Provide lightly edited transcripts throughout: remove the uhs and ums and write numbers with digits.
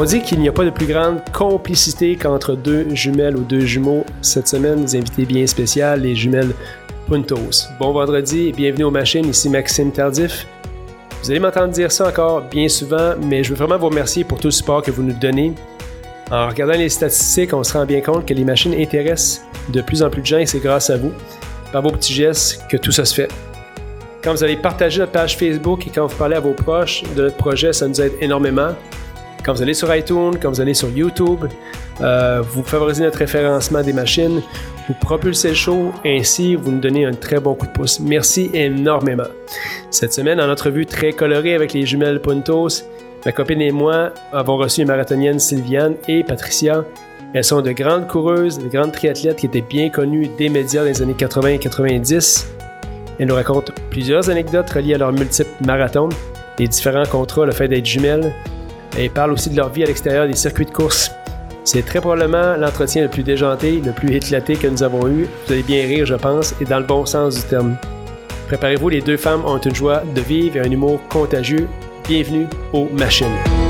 dit qu'il n'y a pas de plus grande complicité qu'entre deux jumelles ou deux jumeaux. Cette semaine, des invités bien spéciales, les jumelles Puntos. Bon vendredi et bienvenue aux machines, ici Maxime Tardif. Vous allez m'entendre dire ça encore bien souvent, mais je veux vraiment vous remercier pour tout le support que vous nous donnez. En regardant les statistiques, on se rend bien compte que les machines intéressent de plus en plus de gens et c'est grâce à vous, par vos petits gestes, que tout ça se fait. Quand vous allez partager notre page Facebook et quand vous parlez à vos proches de notre projet, ça nous aide énormément. Quand vous allez sur iTunes, quand vous allez sur YouTube, vous favorisez notre référencement des machines, vous propulsez le show, ainsi vous nous donnez un très bon coup de pouce. Merci énormément. Cette semaine, en entrevue très colorée avec les jumelles Puntos, ma copine et moi avons reçu les marathoniennes Sylviane et Patricia. Elles sont de grandes coureuses, de grandes triathlètes qui étaient bien connues des médias dans les années 80 et 90. Elles nous racontent plusieurs anecdotes reliées à leurs multiples marathons, les différents contrats, le fait d'être jumelles. Elles parlent aussi de leur vie à l'extérieur des circuits de course. C'est très probablement l'entretien le plus déjanté, le plus éclaté que nous avons eu. Vous allez bien rire, je pense, et dans le bon sens du terme. Préparez-vous, les deux femmes ont une joie de vivre et un humour contagieux. Bienvenue aux machines.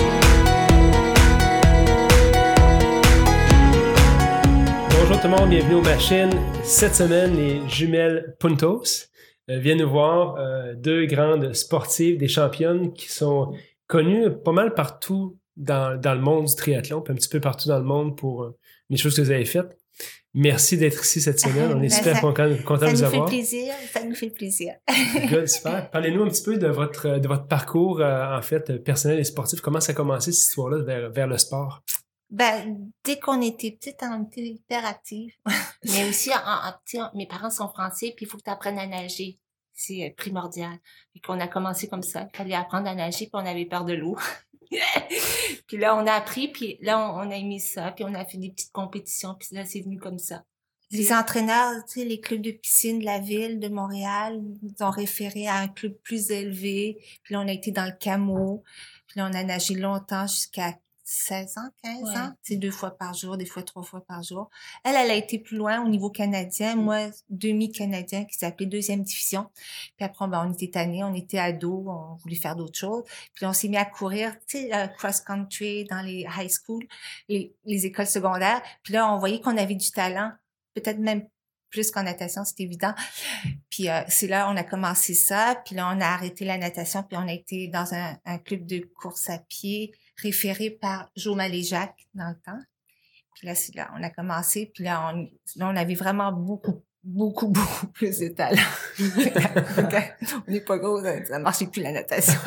Bonjour tout le monde, bienvenue aux machines. Cette semaine, les jumelles Puntos viennent nous voir, deux grandes sportives, des championnes qui sont connues pas mal partout dans le monde du triathlon, puis un petit peu partout dans le monde pour les choses que vous avez faites. Merci d'être ici cette semaine. On est super content de vous avoir. Ça nous fait plaisir. Good, super. Parlez-nous un petit peu de votre parcours, en fait, personnel et sportif. Comment ça a commencé, cette histoire-là, vers le sport? Dès qu'on était petite, on était hyper actifs. Mais aussi, mes parents sont français, puis il faut que tu apprennes à nager. C'est primordial. Puis qu'on a commencé comme ça. Il fallait apprendre à nager, puis on avait peur de l'eau. Puis là, on a appris, puis là, on a aimé ça, puis on a fait des petites compétitions, puis là, c'est venu comme ça. Les entraîneurs, tu sais, les clubs de piscine de la ville de Montréal nous ont référé à un club plus élevé, puis là, on a été dans le Camo, puis là, on a nagé longtemps jusqu'à 16 ans, 15 ans, c'est 2 fois par jour, des fois 3 fois par jour. Elle a été plus loin au niveau canadien, moi, demi-canadien, qui s'appelait deuxième division. Puis après, on était tannés, on était ados, on voulait faire d'autres choses. Puis on s'est mis à courir, tu sais, cross-country dans les high school, les écoles secondaires. Puis là, on voyait qu'on avait du talent, peut-être même plus qu'en natation, c'est évident. Puis c'est là on a commencé ça, puis là on a arrêté la natation, puis on a été dans un club de course à pied référé par Jo Maléjac dans le temps. Puis là c'est là on a commencé, puis là on avait vraiment beaucoup plus de talent. On n'est pas gros, ça marchait plus la natation.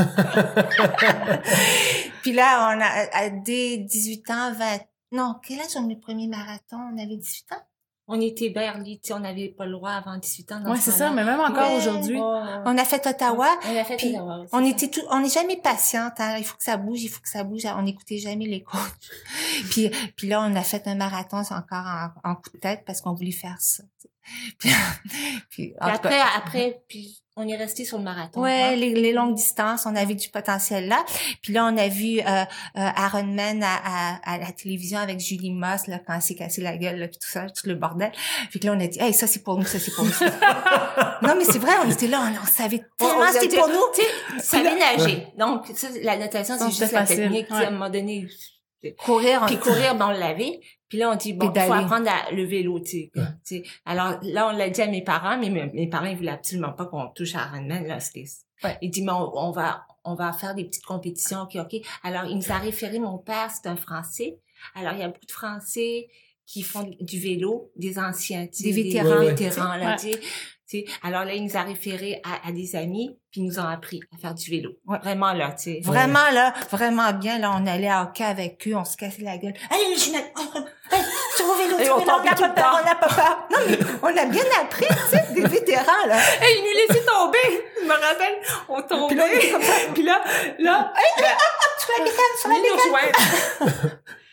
Puis là on a dès 18 ans, quel âge on a eu le premier marathon? On avait 18 ans. On était barely, tu sais, on n'avait pas le droit avant 18 ans. Ouais, c'est ça, mais même encore aujourd'hui. On a fait Ottawa. Puis on est jamais patiente, hein. Il faut que ça bouge. On n'écoutait jamais les coachs. puis là, on a fait un marathon, c'est encore en coup de tête parce qu'on voulait faire ça. Puis après, on est resté sur le marathon. Ouais, les longues distances, on avait du potentiel là. Puis là, on a vu Ironman à la télévision avec Julie Moss là quand elle s'est cassé la gueule là, puis tout ça, tout le bordel. Puis là, on a dit, hey, ça c'est pour nous. Non, mais c'est vrai, on était là, on savait tellement c'était pour nous. Tu savais nager. Donc ça, la natation, c'est juste la technique. À un moment donné, courir, on l'avait. Puis là, on dit, bon, il faut apprendre le vélo, tu sais. Alors là, on l'a dit à mes parents, mais mes parents, ils voulaient absolument pas qu'on touche à Ironman, là. Ils disent, mais on va faire des petites compétitions, ok. Alors, il nous a référé, mon père, c'est un Français. Alors, il y a beaucoup de Français qui font du vélo, des anciens, tu sais. Des vétérans, là, tu sais. Alors là, il nous a référé à des amis, puis ils nous ont appris à faire du vélo. Ouais. Vraiment là, tu sais. Vraiment là, vraiment bien. Là, on allait à hockey avec eux, on se cassait la gueule. Allez, Ginette, sur le vélo, on n'a pas peur. Non, mais on a bien appris, tu sais, des vétérans, là. Ils nous laissaient tomber. Je me rappelle, on tombait. Puis là, sur la bécane.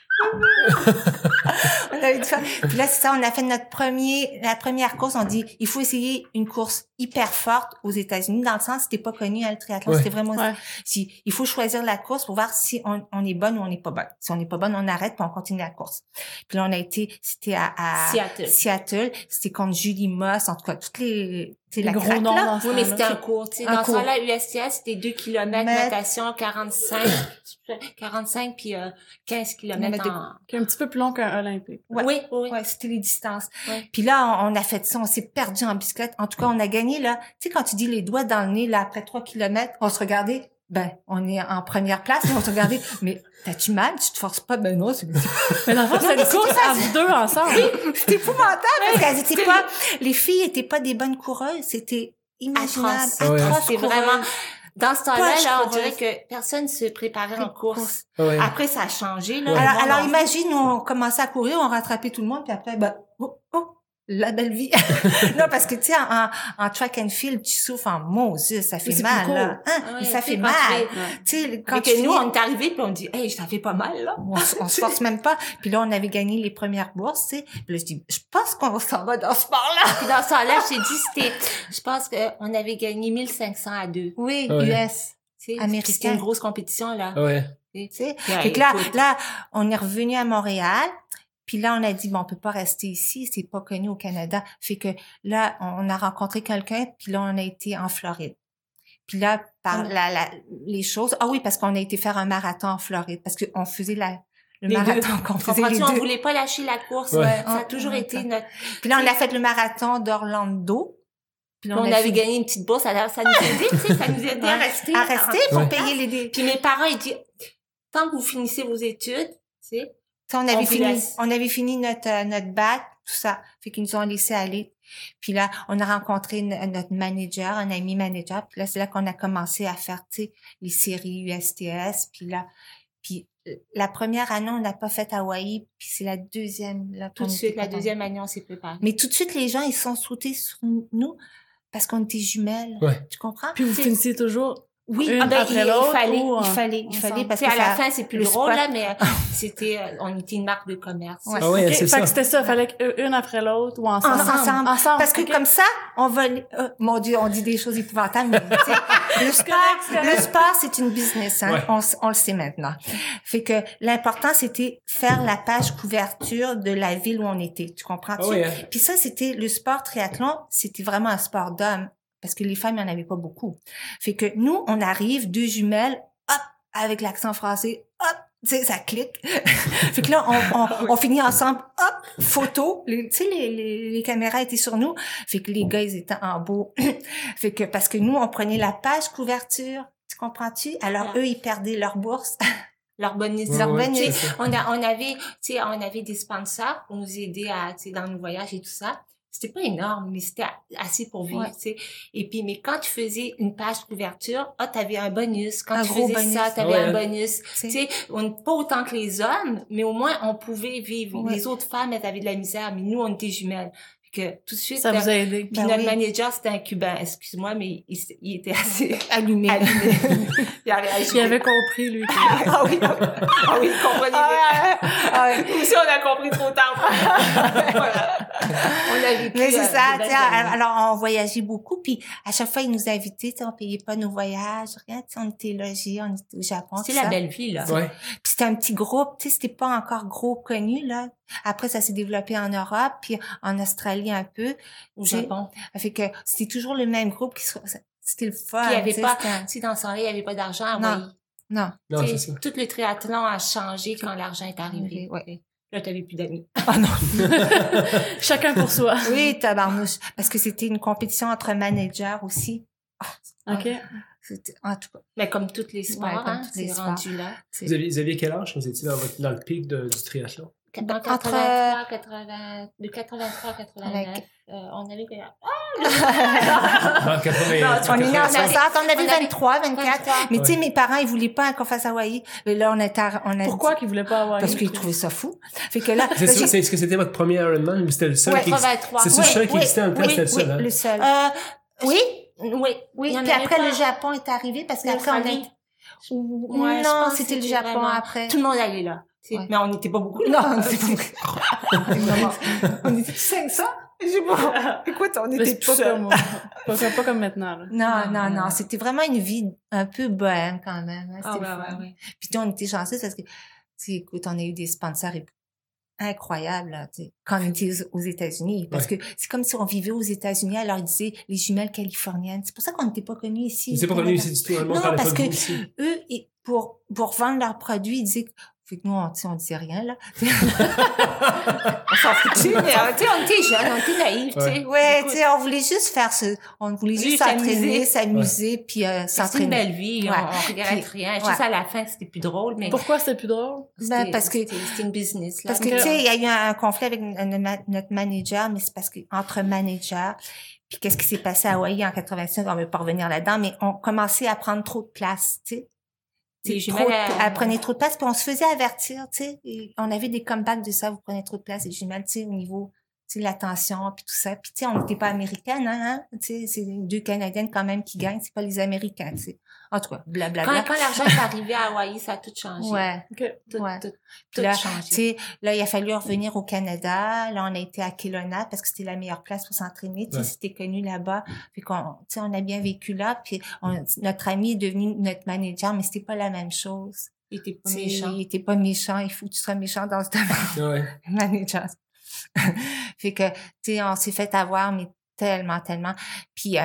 On avait dû faire. Puis là, c'est ça, on a fait la première course. On dit, il faut essayer une course hyper forte aux États-Unis. Dans le sens, c'était pas connu, le triathlon. C'était vraiment, il faut choisir la course pour voir si on est bonne ou on n'est pas bonne. Si on n'est pas bonne, on arrête puis on continue la course. Puis là, c'était à Seattle. C'était contre Julie Moss. En tout cas, toutes les C'est la gros noms dans oui, mais c'était un cours. Tu sais, dans ce temps-là, USTS, c'était 2 km natation, 45 puis 15 km qui est un petit peu plus long qu'un olympique. Oui, c'était les distances. Ouais. Puis là, on a fait ça, on s'est perdu en bicyclette. En tout cas, on a gagné, là. Tu sais, quand tu dis les doigts dans le nez, là, après 3 km, on se regardait. On est en première place, et on se regardait. Mais t'as-tu mal? Tu te forces pas? Ben non, c'est... Mais dans le fond, c'est une course à vous deux ensemble. Oui, c'était épouvantable, parce qu'elles étaient pas... Les filles étaient pas des bonnes coureuses. C'était imaginable. Atroce. C'est vraiment... Dans ce temps-là, on dirait que personne se préparait en course. Ouais. Après, ça a changé, là. Alors imagine, on commençait à courir, on rattrapait tout le monde, puis après, la belle vie. Non, parce que, tu sais, en track and field, tu souffres en Moses, ça fait mal, là. Ça fait mal. Tu sais, quand nous, on est arrivés, puis on dit, hey, ça fait pas mal, là. On se force même pas. Puis là, on avait gagné les premières bourses, tu sais. Puis là, je dis, je pense qu'on s'en va dans ce sport-là. Puis dans ce temps-là, je t'ai dit, je pense qu'on avait gagné 1500 à 2. Oui, US. Américain. C'était une grosse compétition, là. Ouais. Tu sais. Fait que là, on est revenu à Montréal. Puis là, on a dit, on peut pas rester ici, c'est pas connu au Canada. Fait que là, on a rencontré quelqu'un, puis là, on a été en Floride. Puis là, par les choses... Ah oui, parce qu'on a été faire un marathon en Floride, parce qu'on faisait le marathon qu'on faisait les deux. On voulait pas lâcher la course. Ouais. Ça a toujours été notre... Puis là, on a fait le marathon d'Orlando. Puis on avait gagné une petite bourse, alors ça nous aidait, tu sais, ça nous aidait à rester. À rester pour payer les dés. Puis mes parents, ils disent, tant que vous finissez vos études, tu sais, on avait fini notre bac, tout ça. Fait qu'ils nous ont laissé aller. Puis là, on a rencontré notre manager, un ami manager. Puis là, c'est là qu'on a commencé à faire, tu sais, les séries USTS. Puis là, la première année, on n'a pas fait Hawaï. Puis c'est la deuxième. Là, tout de suite, la deuxième année, on s'est préparé. Mais tout de suite, les gens, ils sont sautés sur nous parce qu'on était jumelles. Ouais. Tu comprends? Puis vous finissez toujours... Oui, il fallait parce que à la fin c'est plus drôle là, mais c'était on était une marque de commerce. Ouais. Ah ouais, c'est ça. Fait que c'était ça, fallait une après l'autre ou ensemble. Ensemble. Parce que comme ça, on va mon Dieu, on dit des choses épouvantables, mais le sport c'est une business, hein. Ouais. On le sait maintenant. Fait que l'important c'était faire la page couverture de la ville où on était, tu comprends-tu? Ah ouais. Puis ça c'était le sport triathlon, c'était vraiment un sport d'hommes. Parce que les femmes, il n'y en avait pas beaucoup. Fait que nous, on arrive, deux jumelles, hop, avec l'accent français, hop, tu sais, ça clique. Fait que là, on finit ensemble, hop, photo. Tu sais, les caméras étaient sur nous. Fait que les gars, ils étaient en beau. Fait que, parce que nous, on prenait la page couverture. Tu comprends-tu? Alors, eux, ils perdaient leur bourse. Leur bonus. Leur bonus. On avait des sponsors pour nous aider dans nos voyages et tout ça. C'était pas énorme, mais c'était assez pour vivre, tu sais. Et puis, mais quand tu faisais une page couverture, t'avais un bonus. Quand tu faisais ça, t'avais un bonus. Tu sais, pas autant que les hommes, mais au moins, on pouvait vivre. Ouais. Les autres femmes, elles avaient de la misère, mais nous, on était jumelles. Que tout de suite, ça vous a aidé. Puis notre manager, c'était un Cubain, excuse-moi, mais il était assez allumé. Il a réagi. Il avait compris, lui. Ah oui, il comprenait. Nous aussi, on a compris trop tard. Voilà. On a vécu. Mais c'est ça, alors on voyageait beaucoup, puis à chaque fois, ils nous invitaient, on payait pas nos voyages, rien, on était logés, on était au Japon. C'était la belle vie, là. Ouais. Puis c'était un petit groupe, tu sais, c'était pas encore gros connu, là. Après, ça s'est développé en Europe, puis en Australie un peu. Au Japon. Fait que c'était toujours le même groupe c'était le fun. Puis il y avait pas, tu sais, dans ce temps-là, il y avait pas d'argent à Hawaï. Non, c'est ça. Tout le triathlon a changé quand l'argent est arrivé. Ouais. Là, t'avais plus d'amis. Ah non. Chacun pour soi. Oui, tabarnouche. Parce que c'était une compétition entre managers aussi. OK. En tout cas. Mais comme tous les sports, c'est rendu là. Vous aviez quel âge quand vous étiez dans le pic du triathlon? Dans 83, 80, de 83 à 89, on avait quel âge? On est né en 60, on avait 23, 24. Mais tu sais, mes parents, ils voulaient pas qu'on fasse Hawaï. Mais là, on a Pourquoi qu'ils voulaient pas Hawaï? Parce qu'ils trouvaient ça fou. Fait que là. Est-ce que c'était votre premier Ironman ou c'était le seul qui existait? C'est le seul qui existait en place, c'était le seul, hein? Le seul. Oui. Puis après, le Japon est arrivé parce qu'après, on a... Non, c'était le Japon après. Tout le monde allait là. Ouais. Mais on n'était pas beaucoup. Non, on était on était 500. Je sais pas. Écoute, on était tout seuls. Pas comme maintenant, là. Non. C'était vraiment une vie un peu bohème quand même. Hein. Ouais. Puis on était chanceux parce que, écoute, on a eu des sponsors incroyable, là, quand on était aux États-Unis. Parce que c'est comme si on vivait aux États-Unis, alors ils disaient les jumelles californiennes. C'est pour ça qu'on n'était pas connus ici. Ils n'étaient pas connus ici du tout. Non, parce que eux, pour vendre leurs produits, ils disaient fait que nous, on disait rien, là. On s'en foutait, mais on était jeunes, on était naïfs, tu sais. Ouais, tu sais, on voulait juste faire on voulait juste s'entraîner, s'amuser, puis s'entraîner. C'était une belle vie, on regrette rien. Juste à la fin, c'était plus drôle, mais... Pourquoi c'était plus drôle? Ben, parce que... C'était une business, là. Parce que, tu sais, il y a eu un conflit avec notre manager, mais c'est parce que, entre managers, puis qu'est-ce qui s'est passé à Hawaï en 85, on veut pas revenir là-dedans, mais on commençait à prendre trop de place, tu sais. Elle prenait trop de place, puis on se faisait avertir, tu sais. On avait des comebacks de ça, vous prenez trop de place, les jumelles, tu sais, au niveau, tu sais, l'attention, puis tout ça. Puis, tu sais, on n'était pas américaines, hein, tu sais, c'est 2 Canadiennes quand même qui gagnent, c'est pas les Américains, tu sais. En tout cas, blablabla. Quand l'argent est arrivé à Hawaï, ça a tout changé. Ouais. Tout là, changé. Tu sais, là, il a fallu revenir au Canada. Là, on a été à Kelowna parce que c'était la meilleure place pour s'entraîner. Tu sais, c'était connu là-bas. Puis tu sais, on a bien vécu là. Puis notre ami est devenu notre manager, mais c'était pas la même chose. Il était pas méchant. Il était pas méchant. Il faut que tu sois méchant dans ce domaine. Ouais. Manager. Fait que, tu sais, on s'est fait avoir, mais tellement. Puis,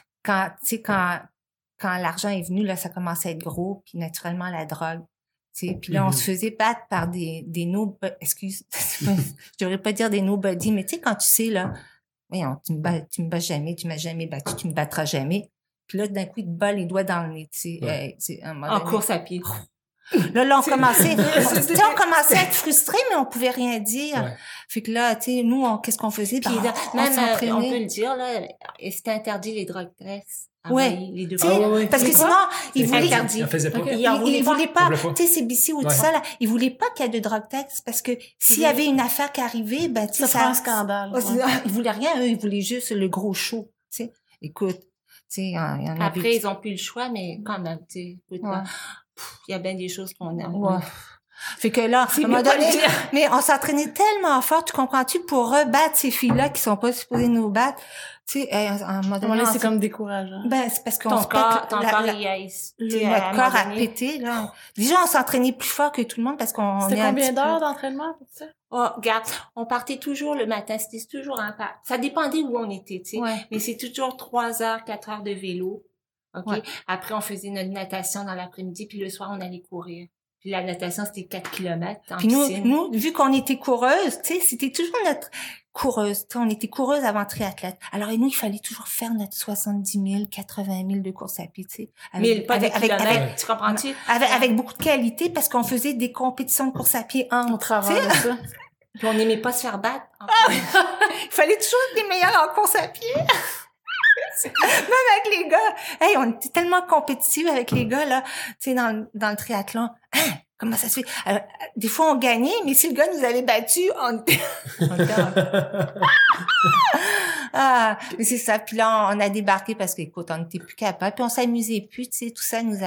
quand l'argent est venu, là, ça commençait à être gros, puis naturellement, la drogue. Puis là, on se faisait battre par des excuse, je devrais pas dire des nobody, mais tu sais, quand tu sais, là, voyons, tu me bats jamais, tu m'as jamais battu, tu me battras jamais. Puis là, d'un coup, il te bat les doigts dans le nez, tu sais. En course à pied. Là, on commençait à être frustrés, mais on pouvait rien dire. Ouais. Fait que là, tu sais, nous, qu'est-ce qu'on faisait? Puis, on s'entraînait. On peut le dire, là, c'était interdit les drogues tests. Ouais. Les deux parce que sinon, ils voulaient pas. Ils voulaient pas. Tu sais, CBC ou tout ça, là, ils voulaient pas qu'il y ait de drug test parce que s'il y avait une affaire qui arrivait, ben, tu sais, ça prend un scandale. Ils voulaient rien, eux, ils voulaient juste le gros show, tu sais. Écoute, tu sais, il y en a. Après, ils ont plus le choix, mais quand même, tu sais, il y a bien des choses qu'on aime. Ouais. Fait que là, à un moment donné, mais on s'entraînait tellement fort, tu comprends-tu, pour rebattre ces filles-là qui sont pas supposées nous battre. Tu sais, à un moment donné, c'est comme décourageant. Ben, c'est parce qu'on ton se corps, notre corps a pété, là. Déjà, on s'entraînait plus fort que tout le monde parce qu'on C'était combien d'heures d'entraînement pour ça? Oh, regarde, on partait toujours le matin, c'était toujours un pas. Ça dépendait où on était, tu sais. Ouais. Mais c'est toujours 3 heures, 4 heures de vélo. OK? Ouais. Après, on faisait notre natation dans l'après-midi, puis le soir, on allait courir. Puis la natation, c'était 4 kilomètres en piscine. Nous, vu qu'on était coureuses, tu sais, c'était toujours notre coureuse. On était coureuse avant triathlète. Alors, et nous, il fallait toujours faire notre 70 000, 80 000 de course à pied, tu sais. Mais pas avec tu comprends-tu? Avec beaucoup de qualité, parce qu'on faisait des compétitions de course à pied en travail de ça. Puis on n'aimait pas se faire battre. Il fallait toujours être les meilleurs en course à pied. Même avec les gars. Hey, on était tellement compétitifs avec les gars, là, tu sais, dans le triathlon. Hein? Comment ça se fait? Alors, des fois, on gagnait, mais si le gars nous avait battus, mais c'est ça. Puis là, on a débarqué parce qu'écoute, on n'était plus capable. Puis on s'amusait plus, tu sais, tout ça nous a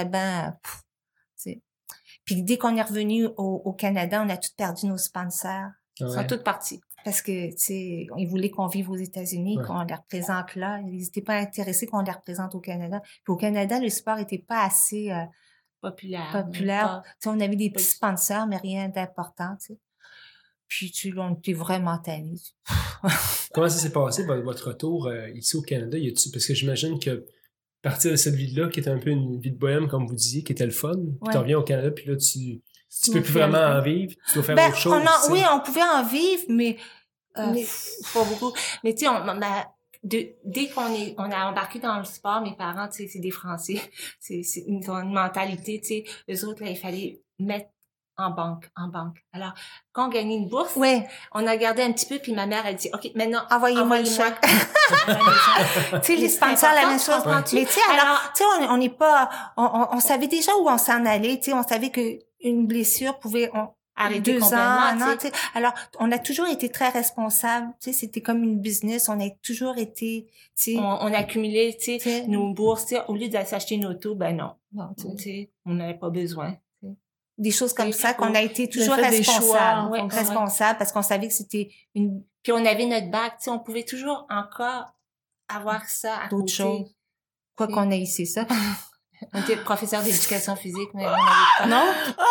Puis dès qu'on est revenu au Canada, on a tout perdu nos sponsors. Ils sont toutes partis. Parce que, tu sais, ils voulaient qu'on vive aux États-Unis, qu'on les représente là. Ils n'étaient pas intéressés qu'on les représente au Canada. Puis au Canada, le sport était pas assez populaire. Tu sais, on avait des petits sponsors, mais rien d'important, tu sais. Puis, on était vraiment tannés. Comment ça s'est passé, votre retour ici au Canada? Parce que j'imagine que partir de cette vie-là, qui était un peu une vie de bohème, comme vous disiez, qui était le fun, puis tu reviens au Canada, puis là, tu peux plus vraiment en vivre, tu dois faire autre chose. Oui, on pouvait en vivre, mais pas beaucoup. Mais tu sais, dès qu'on a embarqué dans le sport, mes parents, tu sais, c'est des Français. Ils ont une mentalité, tu sais. Eux autres, là, il fallait mettre en banque. Alors, quand on gagnait une bourse, on a gardé un petit peu, puis ma mère, elle dit, OK, maintenant, envoyez-moi le chèque. Tu sais, les sponsors, la même chose. Mais tu sais, alors, tu sais, on n'est pas, on savait déjà où on s'en allait, tu sais, on savait que une blessure pouvait arrêter 2 ans, un an, tu sais. Alors, on a toujours été très responsables, tu sais, c'était comme une business, on a toujours été, tu sais. On a accumulé, tu sais, nos bourses, tu sais, au lieu de s'acheter une auto, ben non, tu sais, on n'avait pas besoin. Des choses comme ça, qu'on a été toujours responsables, parce qu'on savait que c'était une... Puis on avait notre bac, tu sais, on pouvait toujours encore avoir ça à d'autres choses. Quoi qu'on ait ici, ça. On était professeur d'éducation physique, mais on avait pas. Non?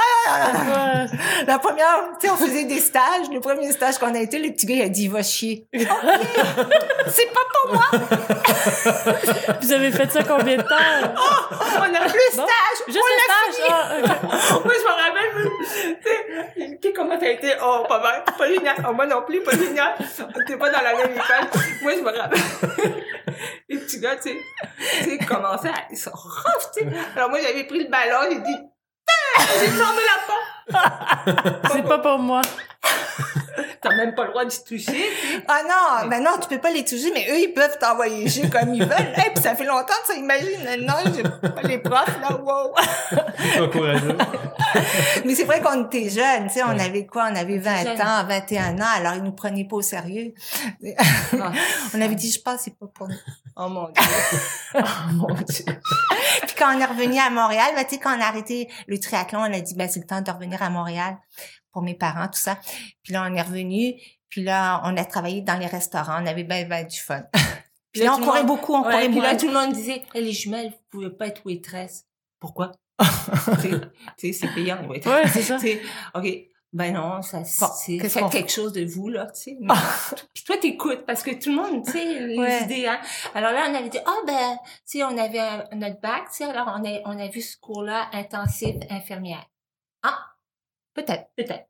La première, tu sais, on faisait des stages. Le premier stage qu'on a été, le petit gars, il a dit, il va chier. Okay. C'est pas pour moi. Vous avez fait ça combien de temps? On a le stage. Juste le stage. Moi, je me rappelle, tu sais, comment ça a été? Oh, pas génial. Oh, moi non plus, pas génial. On était pas dans la même école. Moi, je me rappelle. Les petits gars, tu sais, commençaient à, ils sont rough, tu sais. Alors moi, j'avais pris le ballon, j'ai dit, j'ai fermé la porte. C'est pas pour moi. T'as même pas le droit d'y toucher, tu sais. Ah non, ben non, tu peux pas les toucher, mais eux, ils peuvent t'envoyer chier comme ils veulent. Hey, puis ça fait longtemps que ça, imagine. Non, j'ai pas les profs, là, wow. Encourageant. Mais c'est vrai qu'on était jeunes, tu sais, on avait quoi? On avait 20 ans, 21 ans, alors ils nous prenaient pas au sérieux. On avait dit, je pense, c'est pas pour nous. Oh mon Dieu. Oh mon Dieu. Puis quand on est revenu à Montréal, ben, tu sais, quand on a arrêté le triathlon, on a dit, ben, c'est le temps de revenir à Montréal pour mes parents, tout ça. Puis là, on est revenu, puis là, on a travaillé dans les restaurants, on avait ben du fun. Puis là, on courait beaucoup, on courait beaucoup. Puis là, tout le monde disait, les jumelles, vous pouvez pas être waitress. Pourquoi? Tu sais, c'est payant, les waitress. Ouais, c'est ça. OK. Ben non, ça, c'est bon, faites quelque chose de vous, là, tu sais. Puis toi, t'écoutes, parce que tout le monde, tu sais, les idées, hein. Alors là, on avait dit, ben, tu sais, on avait notre bac, tu sais, alors on a vu ce cours-là, intensif infirmière. Peut-être.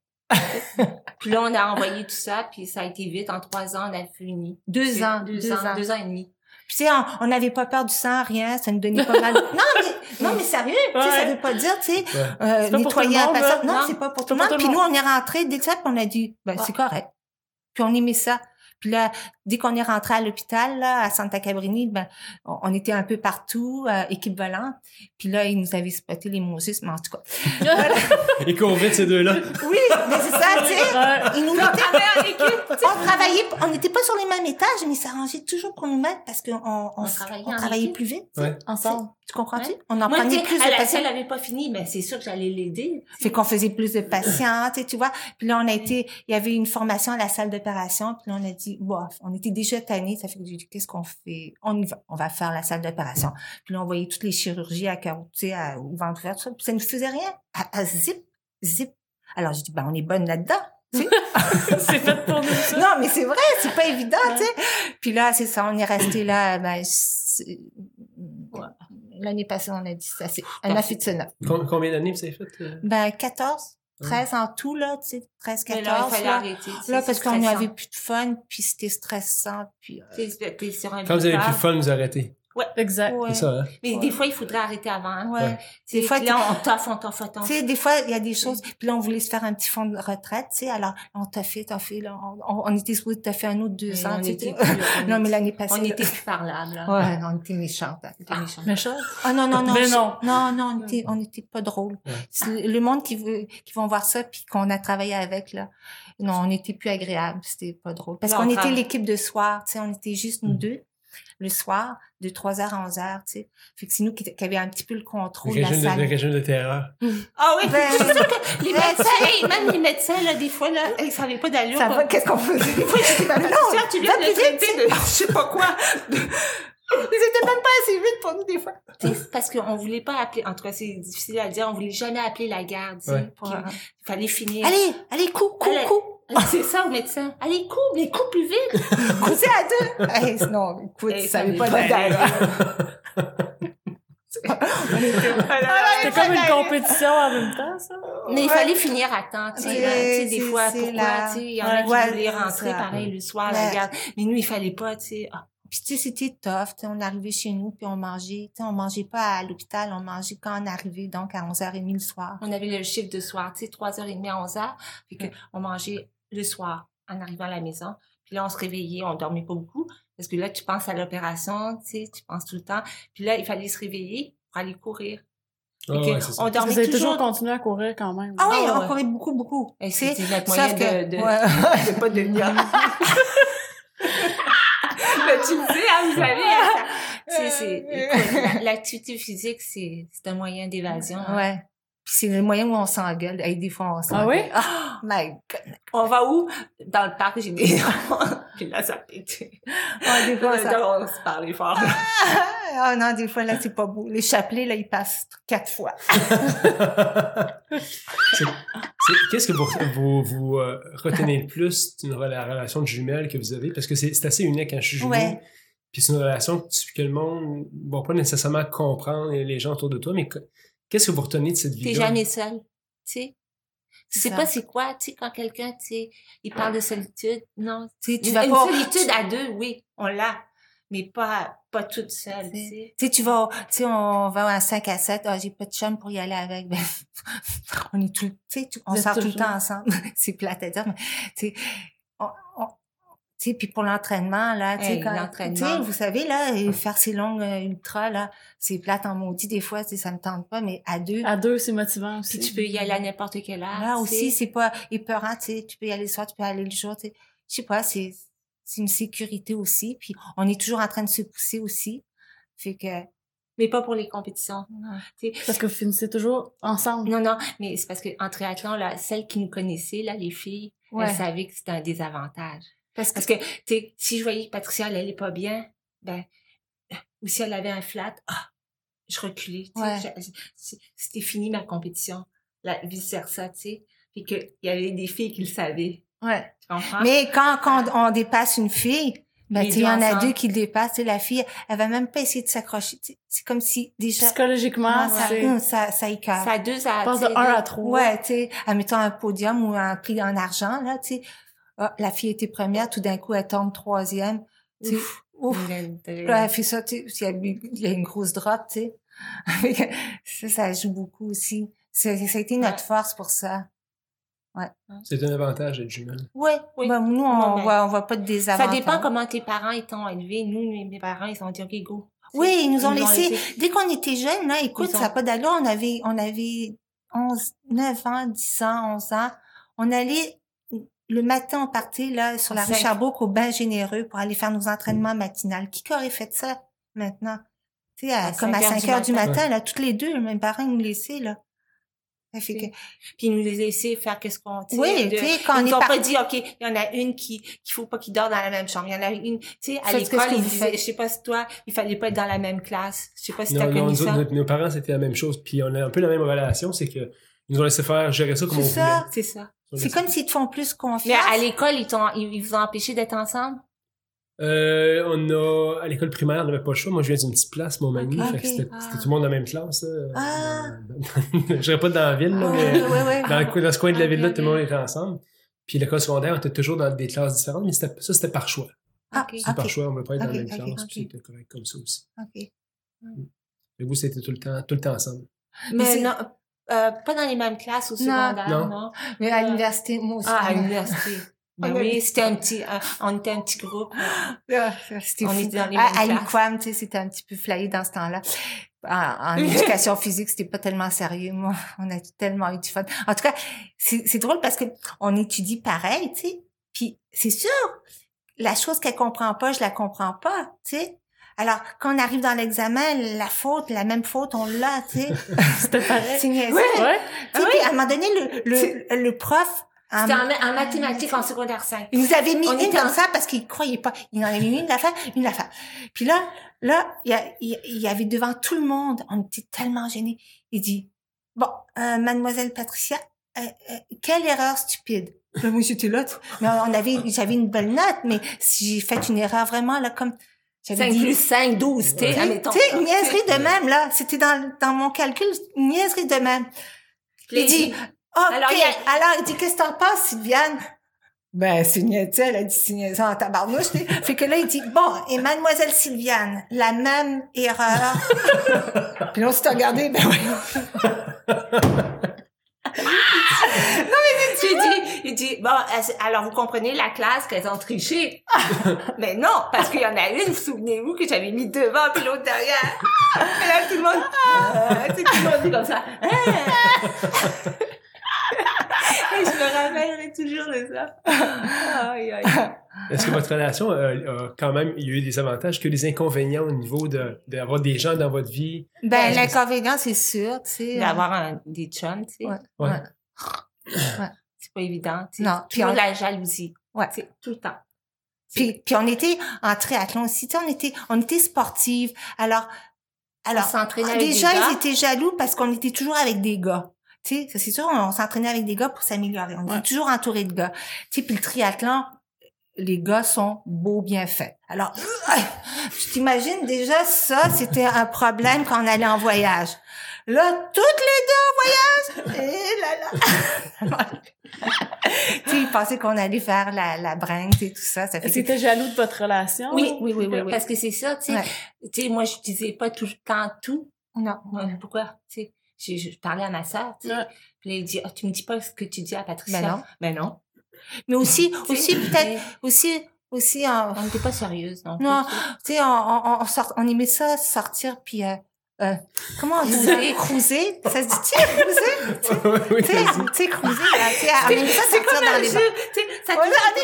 Puis là, on a envoyé tout ça, puis ça a été vite. En 3 ans, on a fini. 2 ans et demi. Puis tu sais, on n'avait pas peur du sang, rien, ça nous donnait pas mal. Non, mais sérieux, tu sais, ça veut pas dire, tu sais, nettoyer un passage. Non, c'est pas pour tout le monde. Puis nous, on est rentrés dès ça, puis on a dit, ben, c'est correct. Puis on aimait ça. Puis là, dès qu'on est rentré à l'hôpital, là, à Santa Cabrini, ben, on était un peu partout, équipe volante. Puis là, ils nous avaient spoté les Moses, mais en tout cas. Voilà. Et qu'on vite ces deux-là. Oui, mais c'est ça, tu sais. Ils nous mettaient en équipe. On travaillait, on n'était pas sur les mêmes étages, mais ça arrangeait toujours pour nous mettre parce qu'on travaillait plus vite. Ouais. Ensemble. Tu comprends-tu? On en prenait plus de patients. Elle n'avait pas fini, mais c'est sûr que j'allais l'aider. Fait qu'on faisait plus de patients, tu vois. Puis là, il y avait une formation à la salle d'opération, puis là, on a dit, bof, on était déjà tannés, ça fait que j'ai dit, qu'est-ce qu'on fait? On y va, on va faire la salle d'opération. Puis là, on voyait toutes les chirurgies à cœur, tu sais, au ventre ouvert, tout ça, puis ça ne faisait rien. Zip. Alors, j'ai dit, on est bonne là-dedans. C'est fait pour nous, ça. Non, mais c'est vrai, c'est pas évident, tu sais. Puis là, c'est ça, on est resté là, l'année passée, on a dit ça, c'est un affût de sonore. Combien d'années vous avez fait? 14, 13 en tout, là, tu sais, 13, 14. Mais là, il fallait arrêter. Là, parce qu'on n'avait plus de fun, puis c'était stressant, puis... T'es sur un Quand vous avez plus de fun, vous arrêtez. Ouais. Exact. C'est ça, hein? Mais des fois, il faudrait arrêter avant. Hein? Ouais. Des fois, là, on toffe. Tu sais, des fois, il y a des choses, puis là, on voulait se faire un petit fonds de retraite, tu sais, alors, on t'a fait, là, on était supposé toffer un autre 2 ans, tu sais. Non, mais l'année passée. On était plus parlable, là. Ouais, on était méchantes. Méchante? Ah, non. Mais non. Non, on était pas drôles. Ouais. Le monde qui vont voir ça, puis qu'on a travaillé avec, là. Non, on était plus agréable, c'était pas drôle. Parce qu'on était l'équipe de soir, tu sais, on était juste nous deux. Le soir, de 3h à 11h, tu sais. Fait que c'est nous qui avions un petit peu le contrôle de la salle. Le régime de terreur. Ah oui, c'est sûr que les médecins, même les médecins, là, des fois, là, ils savaient pas d'allure. Ça va, qu'est-ce qu'on faisait? Des fois, j'étais pas non, tu viens de le traiter de, je sais pas quoi. Ils étaient même pas assez vite pour nous, des fois. Parce qu'on voulait pas appeler, en tout cas, c'est difficile à dire, on voulait jamais appeler la garde, tu sais. Il fallait finir. Allez, coup. C'est ça, au médecin. Allez, coupe plus vite. Cousez à 2. Hey, non, écoute, ça n'avait pas d'allure. C'était comme une compétition en même temps, ça. Mais il fallait finir à temps, tu sais, des fois, pourquoi, tu sais, il y en a qui voulaient rentrer, pareil, le soir, la garde. Mais nous, il fallait pas, tu sais. Puis tu sais, c'était tough, tu sais, on arrivait chez nous, puis on mangeait, tu sais, on mangeait pas à l'hôpital, on mangeait quand on arrivait, donc à 11h30 le soir. On avait le chiffre de soir, tu sais, 3h30 à 11h, puis qu'on mangeait le soir, en arrivant à la maison. Puis là, on se réveillait, on dormait pas beaucoup, parce que là, tu penses à l'opération, tu sais, tu penses tout le temps. Puis là, il fallait se réveiller pour aller courir. On dormait vous avez toujours continué à courir quand même. Ah oui, on courait beaucoup. Et c'était notre moyen de pas devenir... Mais tu le sais, hein, vous savez, l'activité physique, c'est un moyen d'évasion. Ouais. Puis c'est le moyen où on s'engueule. Hey, des fois, on s'engueule. Ah oui? Oh my God. On va où? Dans le parc, j'ai des... Puis là, ça pète. Des fois, on se parle fort. Ah non, des fois, là, c'est pas beau. Les chapelets, là, ils passent 4 fois. Qu'est-ce que vous retenez le plus d'une relation de jumelles que vous avez? Parce que c'est assez unique quand je suis jumeau. Ouais. Puis c'est une relation que le monde va pas nécessairement comprendre, les gens autour de toi, mais qu'est-ce que vous retenez de cette vie-là? T'es jamais seul, tu sais. Tu sais pas c'est quoi, tu sais, quand quelqu'un, tu sais, il parle de solitude. Non, tu sais, vas une pas... solitude à deux, oui, on l'a, mais pas toute seule, tu sais. Tu sais, on va à 5 à 7, j'ai pas de chum pour y aller avec. Ben, on est tout, tu sais, on sort tout le temps ensemble. C'est plate à dire, mais, tu sais, tu sais, puis pour l'entraînement, là, tu sais, l'entraînement. Vous savez, là, faire ces longues ultras, là, c'est plate en maudit, des fois, tu sais, ça me tente pas, mais à deux. À deux, c'est motivant aussi. Puis tu peux y aller à n'importe quelle heure. Là aussi, c'est pas épeurant, tu sais, tu peux y aller le soir, tu peux aller le jour, tu sais. Je sais pas, c'est une sécurité aussi, puis on est toujours en train de se pousser aussi. Fait que... Mais pas pour les compétitions. Parce que vous finissez toujours ensemble. Non, mais c'est parce que en triathlon, là, celles qui nous connaissaient, là, les filles, elles savaient que c'était un désavantage. Parce que, tu sais, si je voyais que Patricia, elle allait pas bien, ben, ou si elle avait un flat, je reculais, tu sais, c'était fini ma compétition. Vice versa, tu sais. Puis qu'il y avait des filles qui le savaient. Ouais. Tu comprends? Mais quand on dépasse une fille, ben, tu sais, il y en a deux qui le dépassent, tu sais, la fille, elle va même pas essayer de s'accrocher, tu sais. C'est comme si, déjà. Psychologiquement, ça écarte. Ça a deux à, passe de 1 à 3. Ouais, tu sais, admettons un podium ou un prix en argent, là, tu sais. La fille était première, tout d'un coup, elle tombe 3e. Ouf. Là, elle fait ça, tu sais, il y a une grosse drop, tu sais. Ça joue beaucoup aussi. Ça a été notre force pour ça. Ouais. C'est un avantage d'être jumelle. Oui. Ben, nous, on voit pas de désavantage. Ça dépend comment tes parents ils t'ont élevé. Nous, mes parents, ils ont dit, OK, go. Oui, ils nous ont laissé. Dès qu'on était jeunes, là, écoute, ça n'a pas d'allure. On avait 9 ans, 10 ans, 11 ans. On allait, le matin, on partait, là, sur la rue Sherbrooke au Bain Généreux pour aller faire nos entraînements matinales. Qui aurait fait ça, maintenant? Tu sais, comme à 5 heures du matin, là, toutes les deux, mes parents nous laissaient, là. Puis ils nous laissaient faire qu'est-ce qu'on, tu sais. Oui, tu sais, quand ils nous ont pas dit, OK, il y en a une qu'il faut pas qu'il dort dans la même chambre. Il y en a une, tu sais, à l'école, ils disaient, je sais pas si toi, il fallait pas être dans la même classe. Je sais pas si t'as connu ça. Nos parents, c'était la même chose. Puis on a un peu la même relation, c'est que ils nous ont laissé faire gérer ça comme on voulait. C'est ça. C'est comme s'ils te font plus confiance. Mais à l'école, ils vous ont empêché d'être ensemble? À l'école primaire, on n'avait pas le choix. Moi, je viens d'une petite place, mon ami. Fait que c'était tout le monde dans la même classe. Je dirais pas dans la ville, là, mais dans ce coin de la ville-là, tout le monde était ensemble. Puis l'école secondaire, on était toujours dans des classes différentes, mais c'était par choix. C'était par choix, on ne veut pas être dans la même classe, puis c'était correct comme ça aussi. Mais vous, c'était tout le temps ensemble. Mais non, pas dans les mêmes classes au secondaire, non. Mais à l'université, moi aussi. À l'université. Ben oui, c'était on était un petit groupe. C'était on était dans les mêmes classes. À l'UQAM, tu sais, c'était un petit peu flyé dans ce temps-là. En éducation physique, c'était pas tellement sérieux. Moi, on a tellement eu du fun. En tout cas, c'est drôle parce que on étudie pareil, tu sais. Puis c'est sûr, la chose qu'elle comprend pas, je la comprends pas, tu sais. Alors, quand on arrive dans l'examen, la même faute, on l'a, tu sais. C'était pareil. C'est niaiseux. Ouais. Tu sais, puis à un moment donné, le prof, c'était en mathématiques en secondaire 5. Il nous avait mis une comme ça parce qu'il croyait pas. Il en avait mis une l'affaire. Puis là, il y avait devant tout le monde, on était tellement gênés. Il dit, bon, mademoiselle Patricia, quelle erreur stupide. Là, moi, j'étais là. Mais j'avais une belle note, mais si j'ai fait une erreur vraiment, là, comme, 5 plus 5, 12, tu sais, admettons. Tu sais, une niaiserie de même, là. C'était dans mon calcul, une niaiserie de même. Il dit, alors, il dit, qu'est-ce que t'en penses, Sylviane? Ben, c'est niaiseux, elle a dit, c'est niaiseux en tabarnouche, tu sais. Fait que là, il dit, bon, et mademoiselle Sylviane, la même erreur. Puis là, on s'est regardé, ben oui. Non, mais il dit, bon, alors vous comprenez la classe qu'elles ont triché. Mais non, parce qu'il y en a une, souvenez-vous, que j'avais mis devant puis l'autre derrière. Et là, tout le monde dit comme ça. Et je me rappellerai toujours de ça. Aïe, aïe. Est-ce que votre relation a quand même, il y a eu des avantages que des inconvénients au niveau d'avoir des gens dans votre vie? Ben, l'inconvénient, c'est sûr, tu sais. D'avoir des chums, tu sais. Ouais. C'est pas évident, tu sais. Non. Puis la jalousie. Ouais. Tu sais, tout le temps. Puis on était en triathlon aussi, tu sais, on était sportives. Alors, s'entraînait avec déjà, des gars. ils étaient jaloux parce qu'on était toujours avec des gars. Tu sais, ça, c'est sûr, on s'entraînait avec des gars pour s'améliorer. On était toujours entourés de gars. Tu sais, puis le triathlon, les gars sont beaux, bien faits. Alors, tu t'imagines déjà ça, c'était un problème quand on allait en voyage. Là, toutes les deux en voyage, et là. Tu sais, ils pensaient qu'on allait faire la bringue, tu sais, tout ça. Ça fait C'était jaloux de votre relation? Oui. Parce que c'est ça, tu sais. Tu sais, moi, je disais pas tout le temps tout. Non. Pourquoi? Tu sais, je parlais à ma sœur, tu sais. Puis là, il dit, tu me dis pas ce que tu dis à Patricia. Ben non. Mais aussi peut-être, aussi, on n'était pas sérieuse, non. Non, tu sais, on aimait ça sortir puis comment on dit cruiser, ça se dit cruiser? Oui, tu sais cruiser là, tu sais, on aimait ça sortir dans les bars. Tu sais, ça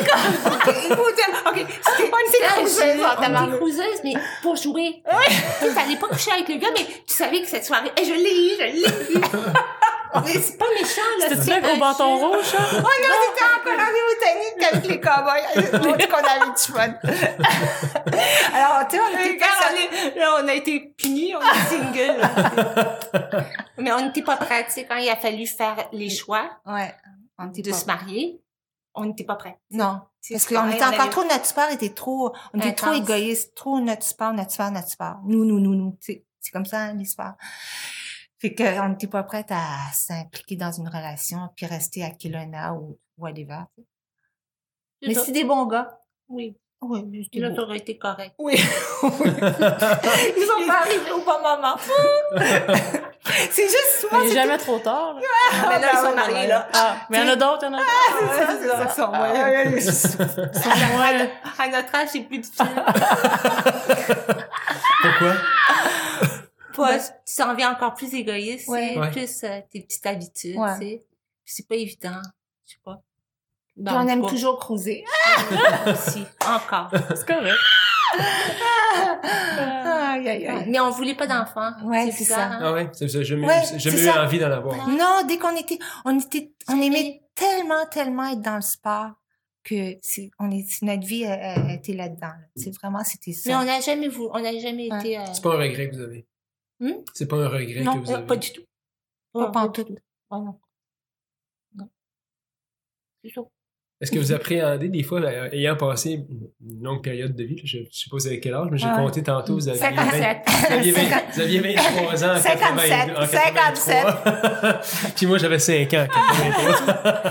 on était cruiseuse, mais pour jouer. Tu sais, t'allais pas coucher avec le gars, mais tu savais que cette soirée, je l'ai eu. Mais c'est pas méchant, là. C'était ça au bâton rouge, ça? Oh non, c'était en Colombie-Britannique avec les cowboys. On dit qu'on avait du fun. Alors, tu sais, on a été punis, on est single. Mais on n'était pas prêts, tu sais, quand il a fallu faire les choix de se marier, on n'était pas prêts. Non. Parce qu'on était encore trop, notre sport était trop, on était trop égoïste, trop notre sport. Nous. Tu sais, c'est comme ça, hein, les sports. Fait qu'on n'était pas prête à s'impliquer dans une relation puis rester à Kelowna ou whatever. Mais c'est des bons gars. Oui. Oui, là, t'aurais été correct. Oui. Ils ont pas arrivé au bon moment. C'est juste souvent. Il n'est jamais trop tard, là. Mais là, ils sont mariés, là. Mais il y en a d'autres, C'est ça. Ils sont moyens. À notre âge, c'est plus difficile. Pourquoi? Tu t'en viens encore plus égoïste, plus tes petites habitudes, tu sais. C'est pas évident, je sais pas. Puis on aime toujours cruiser. Aussi, encore. C'est correct. Mais on voulait pas d'enfants. Ouais, c'est ça. Hein? Ah ouais, j'ai jamais eu envie d'en avoir. Non, dès qu'on était, on aimait tellement être dans le sport que notre vie était là-dedans. Là. C'est vraiment, c'était ça. Mais on n'a jamais été. C'est pas un regret que vous avez. C'est pas un regret que vous avez. Non, pas du tout. Pas du tout. Non. C'est ça. Est-ce que vous appréhendez des fois, ayant passé une longue période de vie, je suppose avec quel âge, mais j'ai compté tantôt, vous aviez 57. Vous aviez 23 ans en 57. Puis moi, j'avais 5 ans en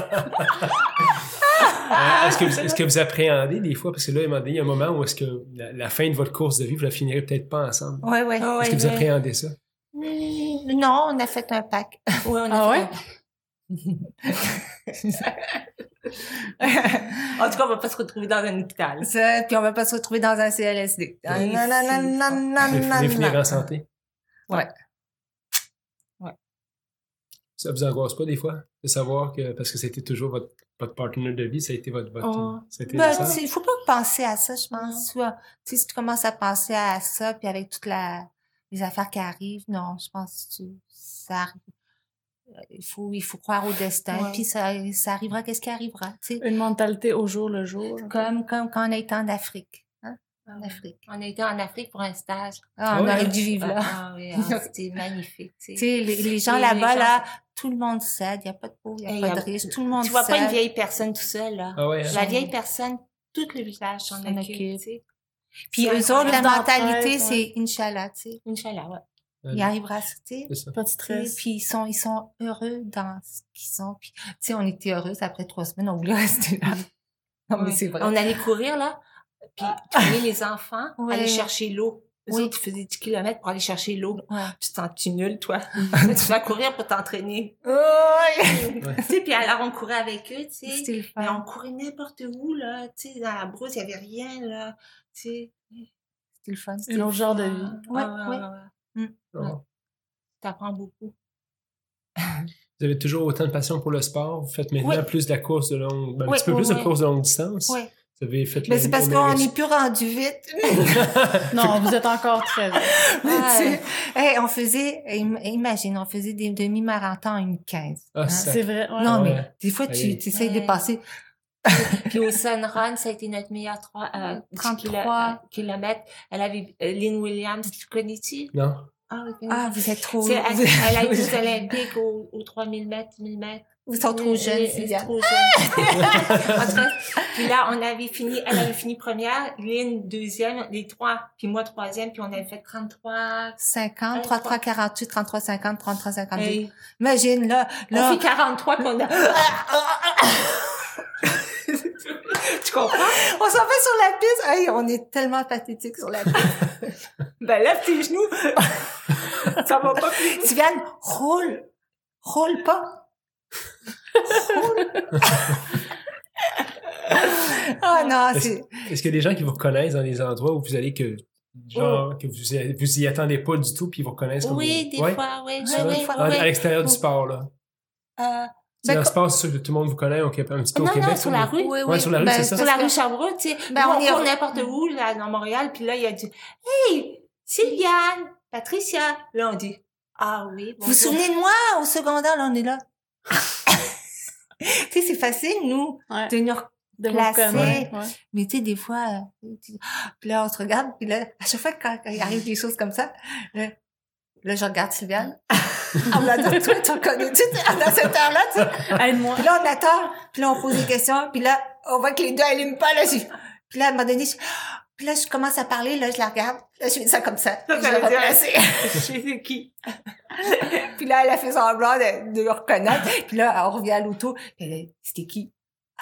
83. Est-ce que vous appréhendez des fois, parce que là, il y a un moment où est-ce que la fin de votre course de vie, vous la finirez peut-être pas ensemble. Oui. Est-ce que vous appréhendez ça? Non, on a fait un pack. Oui, on a fait un pack. En tout cas, on va pas se retrouver dans un hôpital. Ça, puis on va pas se retrouver dans un CLSD. Non. Finir en santé. Ouais. Ça vous angoisse pas des fois de savoir que, parce que c'était toujours votre partenaire de vie, ça a été votre il faut pas penser à ça, je pense. Tu sais, si tu commences à penser à ça, puis avec toutes les affaires qui arrivent, non, je pense que ça arrive. Il faut croire au destin, puis ça arrivera, qu'est-ce qui arrivera, tu sais. Une mentalité au jour le jour. Comme quand on a été en Afrique. Hein? En Afrique. On a été en Afrique pour un stage. On aurait dû vivre là. C'était magnifique. Tu sais, les gens là-bas, là, tout le monde s'aide, il n'y a pas de pauvre, il n'y a pas de riche, tout le monde s'aide. Tu vois pas une vieille personne tout seul, là. La vieille personne, tout le village s'en occupe, tu sais. Puis eux autres, la mentalité, c'est Inch'Allah, tu sais. Inch'Allah, ouais. Il arrivera, tu sais. Pas de stress. Puis ils sont heureux dans ce qu'ils sont. Puis, tu sais, on était heureux après 3 semaines, on voulait rester là. Non, mais c'est vrai. On allait courir, là, puis traîner les enfants, aller chercher l'eau. Eux autres, ils faisaient 10 kilomètres pour aller chercher l'eau. Tu te sens-tu nul, toi? Tu vas courir pour t'entraîner. Tu sais, puis alors, on courait avec eux, tu sais. C'était le fun. Mais on courait n'importe où, là. Tu sais, dans la brousse, il n'y avait rien, là. Tu sais. C'était le fun. Un autre genre de vie. Ouais. T'apprends beaucoup. Vous avez toujours autant de passion pour le sport? Vous faites maintenant plus de la course de longue... un petit peu plus de course de longue distance? Oui. Vous avez fait mais c'est parce qu'on n'est plus rendu vite. Non, vous êtes encore très vite. On faisait, imagine, on faisait des demi-marathons à 1h15. Ah, c'est vrai. Ouais. Non, mais des fois, tu essayes de passer. Puis au Sun Run, ça a été notre meilleur 33 kilomètres. Elle avait Lynn Williams, tu connais-tu? Non. Vous êtes trop... Elle a été aux Olympiques aux 3000 mètres, 1000 mètres. Vous êtes trop jeunes, c'est trop jeune. En tout cas, puis là, elle avait fini première, Lynn deuxième, les trois, puis moi troisième, puis on avait fait 50, 33, 48, 33, 50, 33, 52. Hey. Imagine, là. On fait 43 qu'on a... Tu comprends? On s'en fait sur la piste. Hey, on est tellement pathétique sur la piste. Ben, lève tes genoux. Ça va pas plus. Sylviane, roule. Roule pas. Est-ce qu'il y a des gens qui vous reconnaissent dans les endroits où vous allez que vous y attendez pas du tout puis ils vous reconnaissent comme des fois, oui. À l'extérieur du sport, là. Dans le sport, c'est sûr que tout le monde vous connaît un petit peu au Québec. Non, sur la rue. Oui, sur la rue, c'est ça. Sur la rue Sherbrooke, tu sais. On court n'importe où, là, dans Montréal, puis là, il y a dit « Hey, Sylviane, Patricia! » Là, on dit « Ah oui. » Vous vous souvenez de moi, au secondaire, là, on est là. Tu sais, c'est facile, nous, de nous replacer. Mais tu sais, des fois, puis là, on se regarde, puis là, à chaque fois quand il arrive des choses comme ça, là je regarde Sylviane. On a dit, toi, tu reconnais-tu, à cette heure-là, tu sais? Aide-moi. Puis là, on attend, puis là, on pose des questions, puis là, on voit que les deux allument pas, là, puis là, à un moment donné, puis là, je commence à parler, là, je la regarde, là, je fais ça comme ça. Je vais replacer. Je sais qui. Puis là, elle a fait semblant de le reconnaître, puis là, on revient à l'auto, puis elle a dit, c'était qui?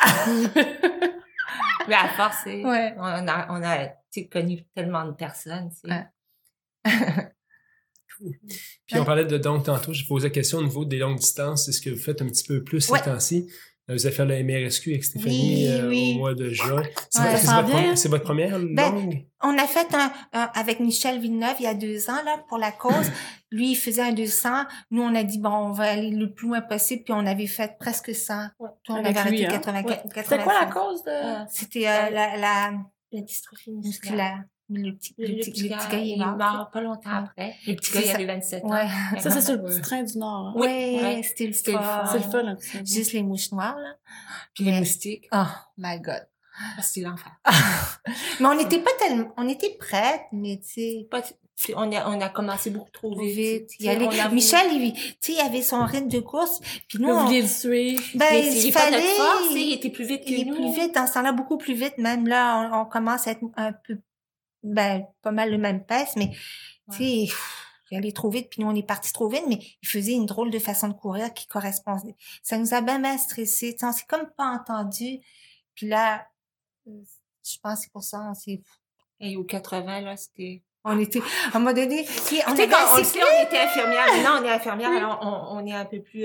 Mais à force, on a connu tellement de personnes, tu sais. Puis on parlait de donc tantôt, je posais la question au niveau des longues distances. C'est ce que vous faites un petit peu plus ces temps-ci. Vous avez fait le MRSQ avec Stéphanie au mois de juin. C'est votre première longue? On a fait avec Michel Villeneuve il y a 2 ans là pour la cause. Lui, il faisait un 200. Nous, on a dit, bon, on va aller le plus loin possible. Puis on avait fait presque 100. On avait arrêté 84. C'était quoi la cause de... C'était la dystrophie musculaire. Le petit gars, il est mort pas longtemps après. Le petit gars, il avait 27 ans. Ça, c'est sur le petit train du Nord. Hein? Oui, c'était le fun. C'est le fun, là. Juste les mouches noires, là. Puis les moustiques. Oh, my God. C'était l'enfer. Mais on n'était pas tellement... On était prêtes, mais tu sais... On a commencé beaucoup trop vite. Michel, il avait son rythme de course, puis nous, vous vouliez le suivre. Il fallait... Il était plus vite que nous. Il est plus vite, dans ce temps-là, beaucoup plus vite. Même là, on commence à être un peu... pas mal le même pace, mais tu sais, il allait trop vite, puis nous, on est partis trop vite, mais il faisait une drôle de façon de courir qui correspondait. Ça nous a bien stressé, on s'est comme pas entendu. Puis là, je pense que c'est pour ça, on s'est... Et au 80, là, c'était... On était, à un moment donné, on était infirmière. Maintenant, on est infirmière, alors on est un peu plus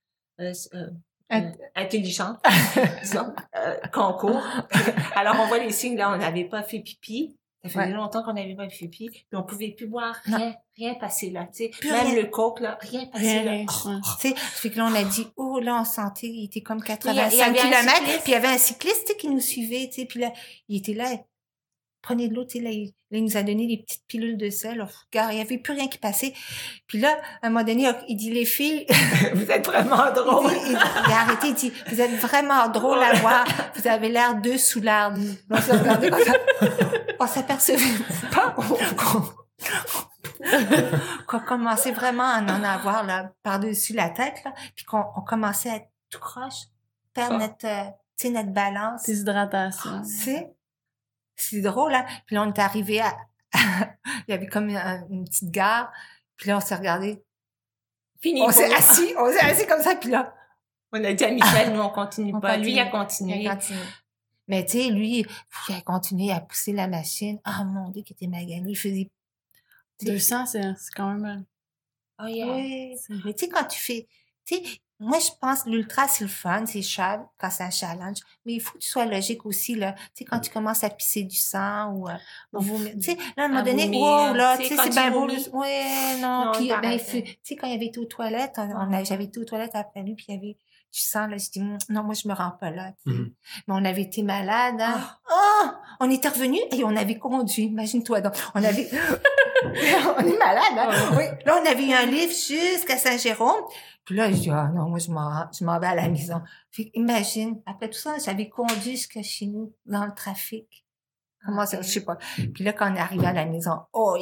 intelligente, disons, quand on court. Alors, on voit les signes, là, on n'avait pas fait pipi. Ça faisait longtemps qu'on n'avait pas fait pipi, puis on pouvait plus boire rien passer là, tu sais. Même rien. Le coke, là, rien passer là. Tu sais, fait que là, on a dit, là, on sentait, il était comme 85 km, puis il y avait un cycliste, tu sais, qui nous suivait, tu sais, puis là, il était là, prenez de l'eau, tu sais, là, il nous a donné des petites pilules de sel, il y avait plus rien qui passait. Puis là, à un moment donné, il dit, les filles, vous êtes vraiment drôles. Il a arrêté, il dit, vous êtes vraiment drôles à voir, vous avez l'air d'eux sous l'arbre. On s'est regardé comme ça. On s'apercevait pas qu'on commençait vraiment à en avoir là par-dessus la tête là, puis qu'on commençait à être tout croche, perdre notre balance. Déshydratation. C'est drôle là. Puis là on est arrivé à il y avait comme une petite gare, puis là on s'est regardé. Fini. On s'est assis comme ça, puis là on a dit à Michel, nous on continue pas. Lui il a continué. Mais tu sais, lui, il a continué à pousser la machine. Ah, mon Dieu, qu'il était magané. Il faisait... 200, c'est quand même... Oh, yeah. Oui. Mais tu sais, quand tu fais... Tu sais, moi, je pense que l'ultra, c'est le fun, c'est cher quand c'est un challenge. Mais il faut que tu sois logique aussi, là. Tu sais, quand tu commences à pisser du sang ou tu sais, là, à un moment donné, là, tu sais, c'est bien beau. Oui, non. Puis, tu sais, quand il avait été aux toilettes, j'avais été aux toilettes après lui, puis il y avait... je sens, là, je dis, non, moi, je me rends pas là, tu sais. Mais on avait été malades, hein. On était revenus et on avait conduit. Imagine-toi donc. On est malades, hein. Oui. Là, on avait eu un livre jusqu'à Saint-Jérôme. Puis là, je dis, non, moi, je m'en vais à la maison. Puis, imagine, après tout ça, j'avais conduit jusqu'à chez nous, dans le trafic. Comment ça, je sais pas. Puis là, quand on est arrivé à la maison,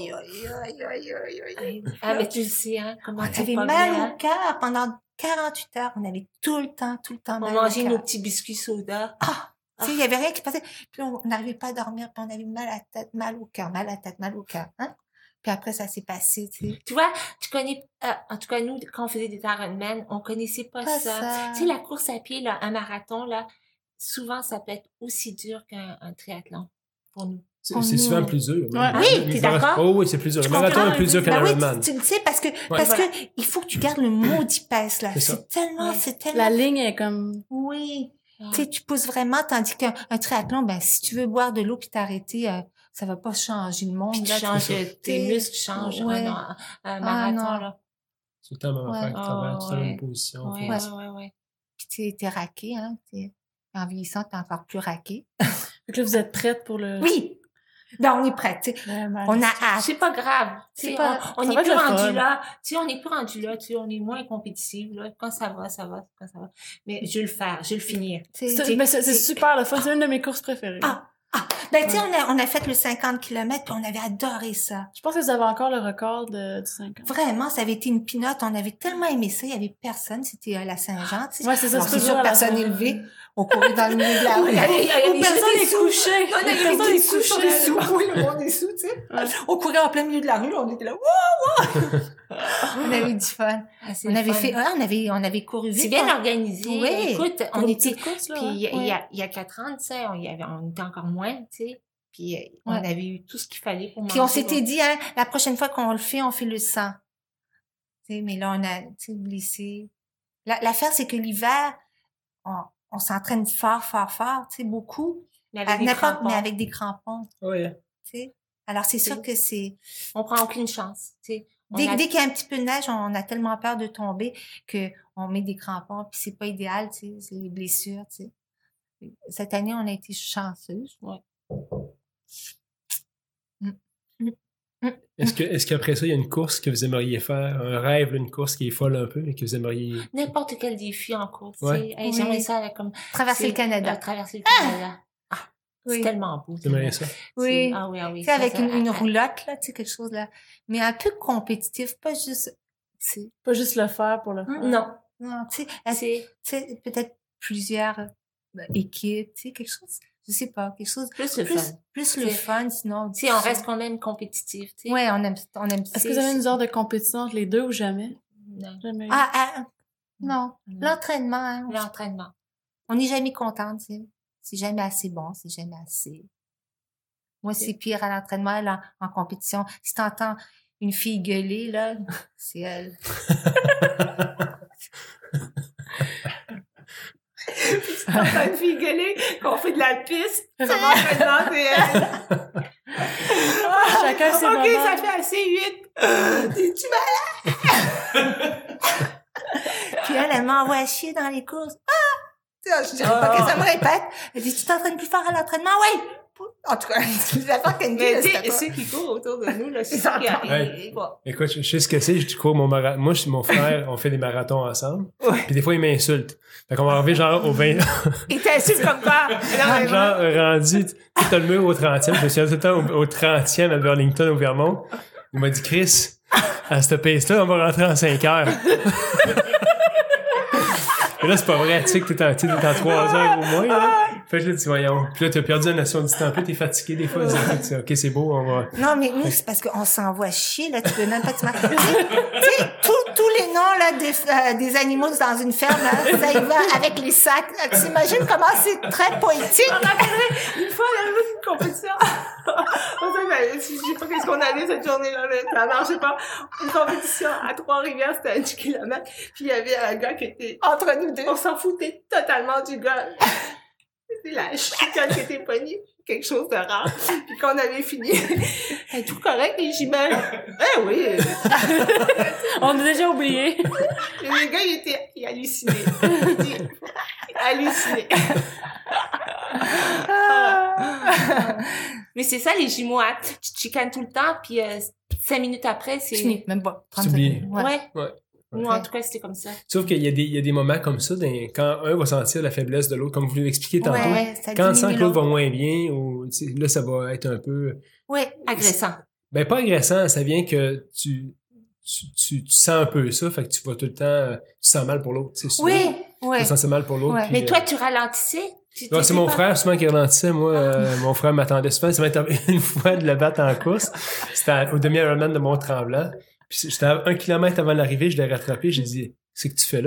mais tu le sais, hein, comment on avait mal au cœur pendant 48 heures. On avait tout le temps mal au cœur. On mangeait nos petits biscuits soda. Tu sais, il y avait rien qui passait. Puis on n'arrivait pas à dormir, puis on avait mal à la tête, mal au cœur, hein. Puis après, ça s'est passé, tu sais. Tu vois, tu connais, en tout cas, nous, quand on faisait des Ironman, on connaissait pas ça. Tu sais, la course à pied, là, un marathon, là, souvent, ça peut être aussi dur qu'un triathlon pour nous. C'est souvent plus dur. Ouais. Oui, t'es d'accord? Oh oui, c'est plus dur. Le marathon est plus dur qu'un Ironman. Tu le sais, parce que il faut que tu gardes le maudit pace, là. C'est tellement... La ligne est comme... Oui. Tu sais, tu pousses vraiment, tandis qu'un triathlon, ben, si tu veux boire de l'eau puis t'arrêter, ça va pas changer le monde. Puis tes muscles changent. Un marathon, là. C'est tout le temps la même affaire qui travaille, tout le temps la même position. Ouais. Puis t'es raqué, hein. En vieillissant, t'es encore plus raqué. Donc là, vous êtes prête pour le... Oui! Ben, on est prête, tu sais. On a hâte. C'est pas grave. On n'est plus rendu là. Tu sais, on n'est plus rendu là. Tu sais, on est moins compétitive, là. Quand ça va. Mais je vais le faire. Je vais le finir. C'est super, le fun. C'est une de mes courses préférées. Ben, tu sais, on a fait le 50 km puis on avait adoré ça. Je pense que vous avez encore le record du 50. Vraiment, ça avait été une pinotte. On avait tellement aimé ça. Il y avait personne. C'était à la Saint-Jean, tu sais. Ouais, c'est ça. C'est sûr, personne élevée. On courait dans le milieu de la rue. Personne est couché. Personne est couché. Oui, le monde est sous, tu sais. On courait en plein milieu de la rue. On était là, wow! On avait du fun. On avait couru vite. C'est bien organisé. Oui. Écoute, on était... Puis il y a 4 ans, tu sais, on était encore moins, tu sais. Puis on avait eu tout ce qu'il fallait pour manger. Puis on s'était dit, hein, la prochaine fois qu'on le fait, on fait le 100. Tu sais, mais là, on a, tu sais, blessé. L'affaire, c'est que l'hiver, on s'entraîne fort, tu sais, beaucoup. Mais avec des crampons. Oui. Tu sais. Alors, c'est sûr que c'est... On prend aucune chance, tu sais. Dès qu'il y a un petit peu de neige, on a tellement peur de tomber qu'on met des crampons, puis c'est pas idéal, tu sais, c'est les blessures, tu sais. Cette année, on a été chanceuse. Ouais. Est-ce qu'après ça, il y a une course que vous aimeriez faire, un rêve, une course qui est folle un peu, mais que vous aimeriez... N'importe quel défi en course, ouais. tu sais. J'aimerais ça, comme... Traverser le Canada. Traverser le Canada. C'est tellement beau. T'aimerais ça? Oui. Oui. Tu sais, avec une roulotte, là, tu sais, quelque chose, là. Mais un peu compétitif, pas juste... Pas juste le faire pour le faire. Non, tu sais, peut-être plusieurs équipes, tu sais, quelque chose... Je sais pas, quelque chose... Plus le fun, sinon... Tu sais, on reste quand même compétitif, tu sais. Ouais, on aime ça. Est-ce que vous avez une heure de compétition entre les deux ou jamais? Non. Jamais. Non. L'entraînement, hein. L'entraînement. On n'est jamais content, tu sais. C'est jamais assez bon, c'est jamais assez. Moi, c'est pire à l'entraînement, là, en compétition. Si t'entends une fille gueuler, là, c'est elle. Si t'entends une fille gueuler, qu'on fait de la piste, c'est l'entraînement, c'est elle. Chacun ses moments. OK, ça fait assez 8. T'es-tu malade? Puis elle m'envoie chier dans les courses. Je dirais pas que ça me répète. Elle dit, tu t'entraînes plus fort à l'entraînement? Oui! En tout cas, c'est des affaires qu'elle me dit. Mais ceux qui courent autour de nous, là, c'est ça qui arrive. Écoute, je sais ce que c'est, je cours mon marathon. Moi, mon frère, on fait des marathons ensemble. Puis des fois, il m'insulte. Fait qu'on va arriver genre au 20... Il t'insulte comme quoi? Genre rendu, t'as le mur au 30e. Je me souviens tout le temps au 30e à Burlington, au Vermont. Il m'a dit, Chris, à cette pace-là, on va rentrer en 5 heures. Mais là, c'est pas vrai, tu sais que t'es en 3 heures au moins, là. Fait que là, tu voyons. Puis là, t'as perdu la notion du temps. Puis t'es fatigué des fois. OK, c'est beau, on va... Non, mais nous, c'est parce qu'on s'envoie chier, là. Tu peux même pas te marquer. Tu sais, tous les noms, là, des animaux dans une ferme, là, ça y va avec les sacs. Tu t'imagines comment c'est très poétique? On a fait une fois, il y avait une compétition. Je sais pas qu'est-ce qu'on allait cette journée-là, mais ça marchait pas. Une compétition à Trois-Rivières, c'était à 10 km. Puis il y avait un gars qui était entre nous deux. On s'en foutait totalement du gars. C'est la chicane qui était pognée, quelque chose de rare. Puis quand on avait fini, elle est tout correct, les jumelles. Eh oui. On a déjà oublié. Le gars, il halluciné. Halluciné. Mais c'est ça, les jumeaux, hein. Tu te chicanes tout le temps, puis 5 minutes après, c'est... Fini, même pas. C'est oublié. Ouais. Nous, en tout cas, c'était comme ça. Sauf qu'il y a des moments comme ça, quand un va sentir la faiblesse de l'autre, comme vous l'avez expliqué tantôt, quand on sent que l'autre va moins bien, ou là, ça va être un peu... Agressant. Ben, pas agressant, ça vient que tu sens un peu ça, fait que tu vas tout le temps... Tu sens mal pour l'autre, c'est sûr. Tu sens mal pour l'autre. Mais toi, tu ralentissais? C'est mon frère souvent qui ralentissait. Moi, mon frère m'attendait souvent. Ça m'est arrivé une fois de le battre en course. C'était au demi-Ironman de Mont-Tremblant. Puis j'étais à 1 kilomètre avant l'arrivée, je l'ai rattrapé, j'ai dit « C'est que tu fais là? »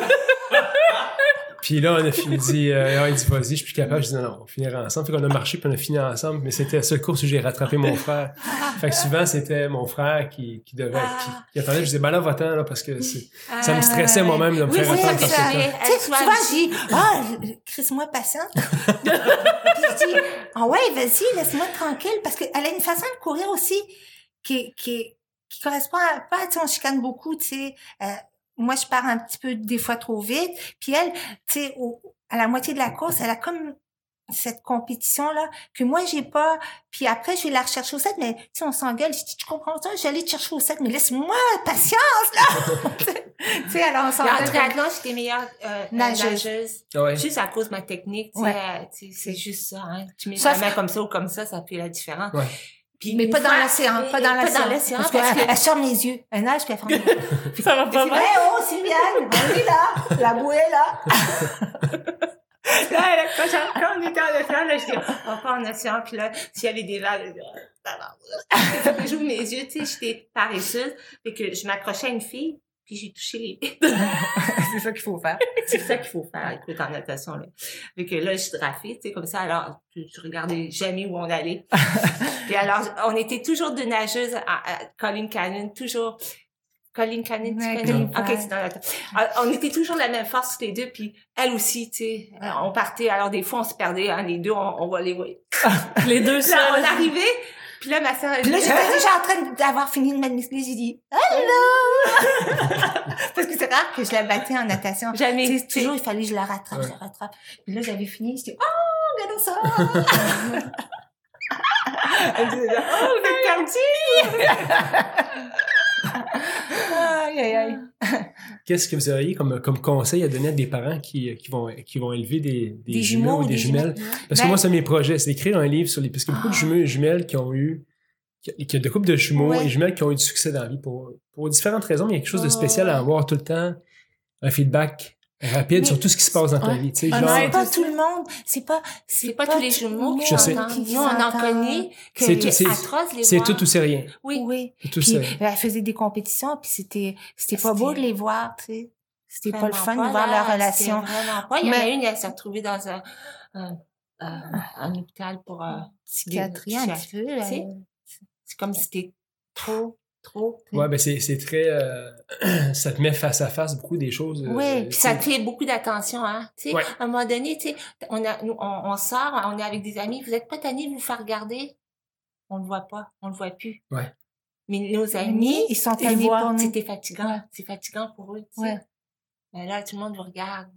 Puis là, il dit vas-y, je suis plus capable. Je dis non, on finira ensemble. Fait qu'on a marché puis on a fini ensemble. Mais c'était la seule course où j'ai rattrapé mon frère. Fait que souvent, c'était mon frère qui devait, qui attendait. Je disais, ben là, va-t'en, là, parce que ça me stressait moi-même de me faire attendre par quelqu'un. Tu sais, souvent, je dis, crisse-moi patiente. Puis je dis, ouais, vas-y, laisse-moi tranquille. Parce qu'elle a une façon de courir aussi qui correspond à pas, tu sais, on chicane beaucoup, tu sais, moi, je pars un petit peu des fois trop vite. Puis elle, tu sais, à la moitié de la course, elle a comme cette compétition-là que moi, j'ai pas. Puis après, je vais la rechercher au 7, mais tu sais, on s'engueule. Je dis, tu comprends ça? Je vais aller te chercher au 7, mais laisse-moi patience, là! Tu sais, alors on s'engueule. En triathlon, j'étais meilleure nageuse. Ouais. Juste à cause de ma technique, tu sais, c'est juste ça, hein. Tu mets ta main comme ça ou comme ça fait la différence. Ouais. Puis mais pas dans l'océan, pas dans l'océan. Parce qu'elle ferme les yeux. Elle nage, puis elle ferme les yeux. Ça va pas mal. Oh, Sylviane, on est là. La bouée est là. Là, quand on était en océan, là, j'étais encore en océan, puis là, s'il y avait des vagues, j'ouvre mes yeux, tu sais, j'étais paresseuse, fait que je m'accrochais à une fille, puis j'ai touché les... C'est ça qu'il faut faire. C'est ça qu'il faut faire, écoute, en natation, là. Fait que là, je suis drafée, tu sais, comme ça, alors, je regardais jamais où on allait. Puis alors, on était toujours deux nageuses à Colleen Cannon, toujours... Colleen Cannon, tu connais? OK, c'est dans la... On était toujours de la même force, les deux, puis elle aussi, tu sais, on partait, alors des fois, on se perdait, hein, les deux, on va les voir. Les deux seuls. Là, on arrivait, puis là, ma sœur, puis là, j'étais déjà en train d'avoir fini de m'administrer, j'ai dit « Hello! » Parce que c'est rare que je la battais en natation. Jamais. Tu sais, toujours, il fallait que je la rattrape, je la rattrape. Puis là, j'avais fini, j'étais « Oh, regarde ça! » Elle disait « Oh, vous êtes partis! » Aïe, aïe, aïe. Qu'est-ce que vous auriez comme conseil à donner à des parents qui vont élever des jumeaux ou des jumelles? Parce que moi, c'est mes projets, c'est d'écrire un livre sur les... Parce qu'il y a beaucoup de jumeaux et jumelles qui ont eu... Qu'il y a des couples de jumeaux et jumelles qui ont eu du succès dans la vie pour différentes raisons, mais il y a quelque chose de spécial à avoir tout le temps, un feedback rapide sur tout ce qui se passe dans ta vie, tu sais, genre... C'est pas tout le monde, c'est pas tous les jumeaux je sais. Nous, on en connaît, que c'est atroce les c'est voir. tout ou c'est rien. Oui. Tout Puis, ça. elle faisait des compétitions, puis c'était pas beau de les voir, tu sais. C'était pas le fun de voir là, leur relation. Il y en a une, elle s'est retrouvée dans un hôpital pour psychiatrie un petit peu. C'est comme si c'était trop. Ouais, ben c'est très... ça te met face à face beaucoup des choses. Oui, puis ça crée beaucoup d'attention, hein. Tu sais, à un moment donné, tu sais, on sort, on est avec des amis, vous êtes pas tannés de vous faire regarder? On le voit pas, on le voit plus. Ouais. Mais nos amis, ils sont tannés pour nous. C'était fatigant. Ouais. C'est fatigant pour eux, tu sais. Ouais. Ben là, tout le monde vous regarde.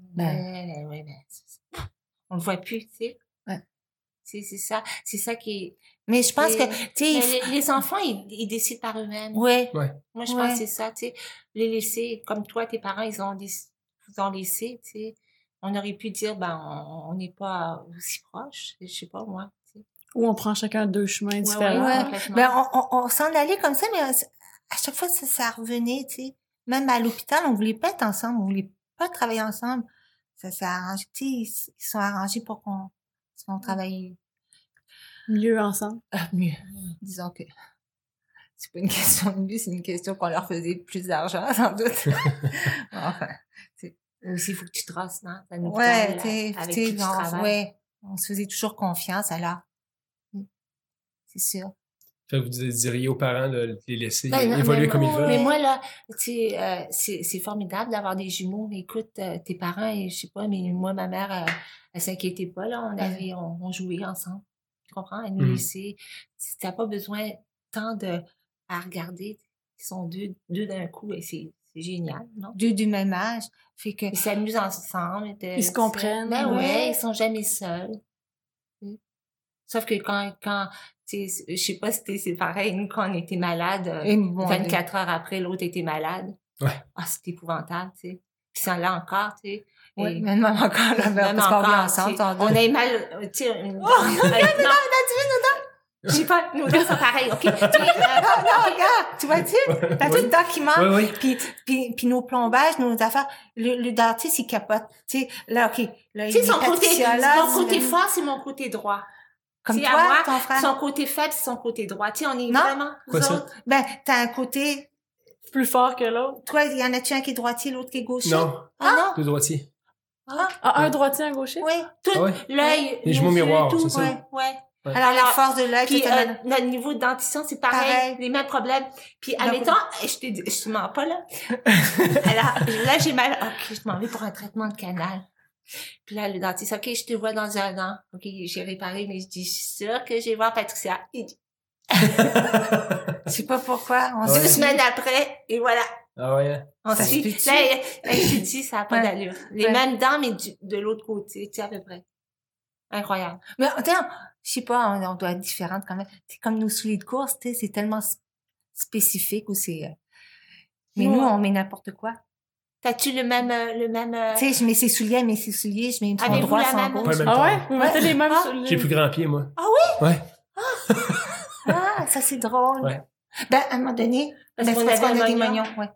On le voit plus, tu sais. Ouais. C'est ça qui est... Mais je pense que, tu sais... Les enfants, ils décident par eux-mêmes. Ouais. Moi, je pense que c'est ça, tu sais. Les laisser, comme toi, tes parents, vous ont laissé, tu sais. On aurait pu dire, on n'est pas aussi proches, je sais pas, moi, tu sais. Ou on prend chacun deux chemins différents. Ouais. On s'en allait comme ça, mais à chaque fois, ça revenait, tu sais. Même à l'hôpital, on voulait pas être ensemble, on voulait pas travailler ensemble. Ça s'est arrangé, tu sais, ils sont arrangés pour qu'on travaille mieux ensemble. Mieux. Disons que c'est pas une question de mieux, c'est une question qu'on leur faisait plus d'argent, sans doute. Enfin, aussi, il faut que tu traces, non? Ouais, avec qui tu travailles. Ouais, on se faisait toujours confiance, alors. C'est sûr. Fait que vous diriez aux parents de les laisser évoluer comme ils veulent. Mais moi, là, tu sais, c'est formidable d'avoir des jumeaux. Mais écoute, tes parents, je sais pas, mais moi, ma mère, elle s'inquiétait pas, là. On jouait ensemble. Tu comprends? Elle nous laissait. T'as pas besoin tant à regarder. Ils sont deux d'un coup et c'est génial, non? Deux du même âge. Fait que. Ils s'amusent ensemble. Ils se comprennent. Ben ouais, ils sont jamais seuls. Sauf que quand je sais pas si c'est pareil, nous, quand on était malade, 24 heures après, l'autre était malade. Ouais. Ah, c'était épouvantable, tu sais. Puis ça là encore, tu sais. Oui, même encore, là, parce qu'on vit ensemble. On a mal, tu sais, non. Je sais pas, nos dents sont pareilles, OK? Non, regarde, tu vois-tu? T'as tout le temps qui manque. Puis nos plombages, nos affaires, le dentiste, il capote. Tu sais, là, OK. Là, tu sais, mon côté fort, c'est mon côté droit. Comme toi, ton frère. Son côté faible, c'est son côté droit. Tu sais, on est vraiment... Quoi ça? Ben, t'as un côté... Plus fort que l'autre. Toi, il y en a-tu un qui est droitier, l'autre qui est gaucher? Non. Ah, Deux droitiers. Un droitier, un gaucher? Oui. Tout, l'œil, les jumeaux miroirs, tout, c'est ça? Ouais. Alors, la force de l'œil, puis notre niveau de dentition, c'est pareil, les mêmes problèmes. Puis admettons, je te mens pas là. Alors là, j'ai mal. OK, je m'en vais pour un traitement de canal. Puis là, le dentiste, OK, je te vois dans 1 an. OK, j'ai réparé, mais je dis, je suis sûre que je vais voir Patricia. Il dit, je sais pas pourquoi. 2 semaines après, et voilà. Ah ouais. Ensuite, là, je te dis, ça n'a pas d'allure. Les mêmes dents, mais de l'autre côté, tu sais, à peu près. Incroyable. Mais attends, je sais pas, on doit être différentes quand même. C'est comme nos souliers de course, tu sais, c'est tellement spécifique ou c'est... Mais nous, on met n'importe quoi. T'as-tu le même... Tu sais, je mets ses souliers, je mets son droit, son gauche. Ah ouais? Vous mettez les mêmes souliers? J'ai plus grand pied, moi. Ah oui? Ouais. Ah, ça c'est drôle. Ouais. Ben, à un moment donné, parce qu'on a des moignons. Ouais.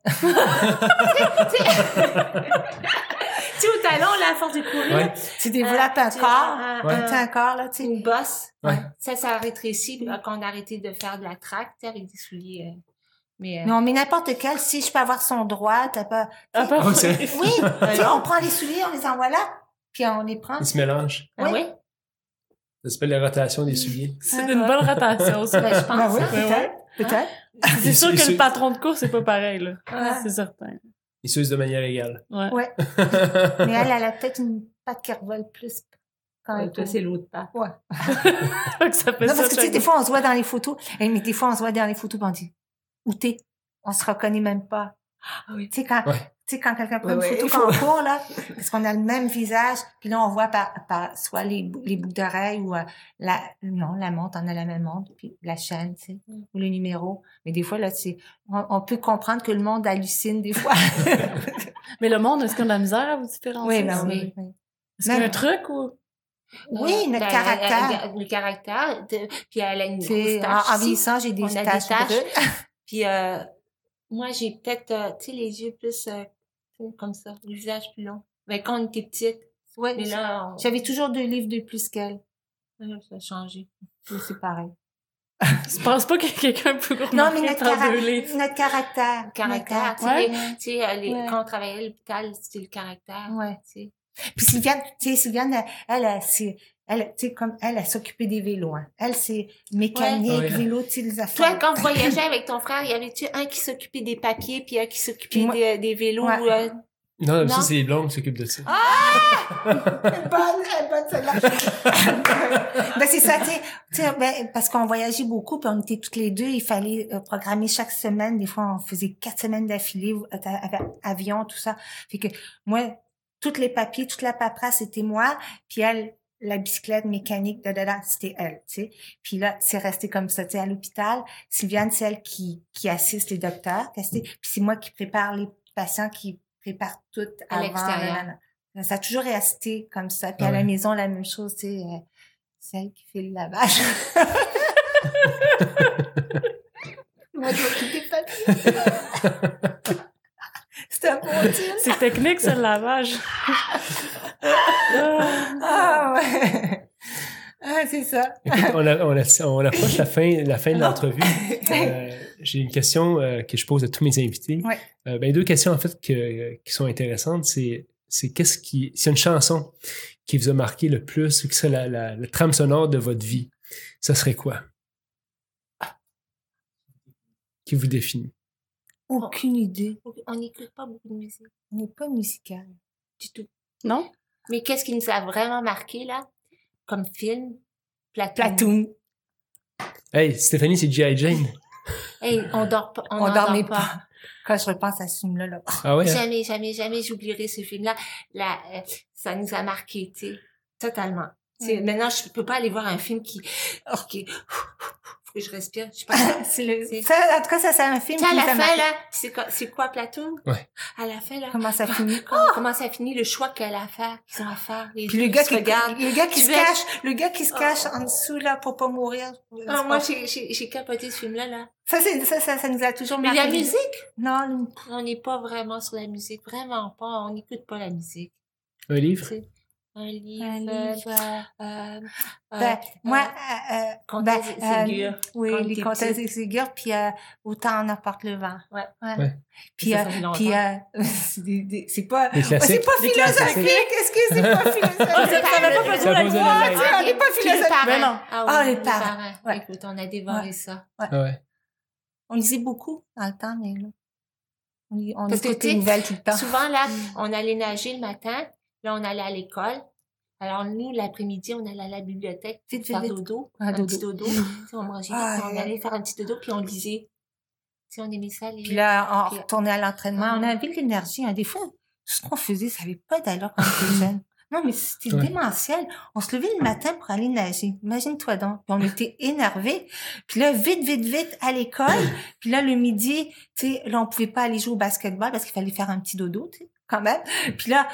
Tu sais, au talon, là, à force de courir. Tu développes un corps, là, tu sais. Une bosse. Ouais. Ça rétrécit quand on a arrêté de faire de la traque, tu sais, avec des souliers. Mais on met n'importe quel. Si je peux avoir son droit, t'as pas... Oui, c'est... Oui, on prend les souliers, on les envoie là, puis on les prend. Ils se mélangent. Ah oui? Ça s'appelle la rotation des souliers. C'est une bonne rotation, ça. Ben, je pense. Peut-être. C'est sûr que le patron de course, c'est pas pareil, là. C'est certain. Ils s'usent de manière égale. Ouais. Mais elle a peut-être une patte qui revole plus. Quand toi, c'est l'autre patte. Ouais. Ça fait non, parce que tu sais, des fois, on se voit dans les photos. Mais des fois, on se voit dans les photos, puis on dit, où t'es? On se reconnaît même pas. Ah oui. Tu sais, quand quelqu'un prend une photo quand on court, là, parce qu'on a le même visage, puis là, on voit par soit les boucles d'oreilles ou la montre, on a la même montre, puis la chaîne, tu sais, ou le numéro. Mais des fois, là, on peut comprendre que le monde hallucine des fois. Mais le monde, est-ce qu'on a de la misère à vous différencier? Oui. Est-ce qu'il y a un truc ou? Oui, notre caractère. Le caractère, puis elle a une grosse tache. En vieillissant, j'ai des taches. Puis moi, j'ai peut-être, tu sais, les yeux plus comme ça, le visage plus long. Mais quand on était petite, ouais, mais là, j'avais toujours 2 livres de plus qu'elle. Ça a changé. C'est pareil. Je pense pas que quelqu'un peut remarquer. Non, mais notre caractère. Caractère. Tu sais, quand on travaillait à l'hôpital, c'était le caractère. Ouais. Tu sais. Puis Sylviane, elle, tu sais, comme elle s'occupait des vélos, hein. Elle, c'est mécanique, vélo, tu sais, les affaires. Toi, quand vous voyageais avec ton frère, y avait-tu un qui s'occupait des papiers puis un qui s'occupait des vélos? Ouais. Non, ça, c'est les blondes qui s'occupent de ça. Bonne celle-là. Ben, c'est ça, tu sais, parce qu'on voyageait beaucoup, puis on était toutes les deux, il fallait programmer chaque semaine. Des fois, on faisait 4 semaines d'affilée, avec avion, tout ça. Fait que, moi, tous les papiers, toute la paperasse, c'était moi, puis elle, la bicyclette mécanique, c'était elle, tu sais. Puis là, c'est resté comme ça, tu sais, à l'hôpital. Sylviane, c'est elle qui assiste les docteurs, puis c'est moi qui prépare les patients, qui prépare tout à l'extérieur. Ça a toujours resté comme ça. Puis à la maison, la même chose, tu sais, c'est elle qui fait le lavage. Moi, je m'occupe des papiers. C'est un bon deal. C'est technique, ça, le lavage. Ah ouais. Ah, c'est ça. Écoute, on approche la fin de l'entrevue. J'ai une question que je pose à tous mes invités. Ouais. 2 questions, en fait, qui sont intéressantes. C'est s'il y a une chanson qui vous a marqué le plus ou qui serait la trame sonore de votre vie, ça serait quoi? qui vous définit? Aucune idée. On n'écoute pas beaucoup de musique. On n'est pas musical. Du tout. Non? Mais qu'est-ce qui nous a vraiment marqué, là? Comme film? Platoon. Hey, Stéphanie, c'est G.I. Jane. Hey, on dormait pas. Quand je repense à ce film-là, là. Ah ouais? Jamais j'oublierai ce film-là. Ça nous a marqué, tu sais, totalement. Maintenant, je peux pas aller voir un film qui faut que je respire. Je sais pas. En tout cas, ça, c'est un film qui à la fin, là, c'est quoi Platoon? Ouais. À la fin, là. Comment ça finit? Comment ça finit, le choix qu'ils ont à faire. Puis le gars qui se cache en dessous, là, pour pas mourir. Moi, j'ai capoté ce film-là, là. Ça nous a toujours marqué. Mais la musique? Non. On n'est pas vraiment sur la musique. Vraiment pas. On n'écoute pas la musique. Un livre? Un livre. Ségur. Oui, les Comtesses et Ségur, puis Autant en apporte le vent. Ouais. Puis c'est pas philosophique, excusez, c'est pas philosophique. Ça n'avait pas besoin d'être on n'est pas philosophique. Mais non. Les parents. Ouais. Écoute, on a dévoré ça. Ouais. On lisait beaucoup dans le temps, mais là, on parce écoutait les nouvelles tout le temps. Souvent, là, on allait nager le matin. Là, on allait à l'école. Alors, nous, l'après-midi, on allait à la bibliothèque pour faire dodo. Un petit dodo. On mangeait, puis on allait faire un petit dodo, puis on lisait. On aimait ça. Puis là, on retournait à l'entraînement. On avait de l'énergie. Des fois, tout ce qu'on faisait, ça n'avait pas d'allure quand on était jeune. Non, mais c'était démentiel. On se levait le matin pour aller nager. Imagine-toi donc. Puis on était énervés. Puis là, vite, à l'école. Puis là, le midi, tu sais, là, on pouvait pas aller jouer au basketball parce qu'il fallait faire un petit dodo, tu sais, quand même. Puis là,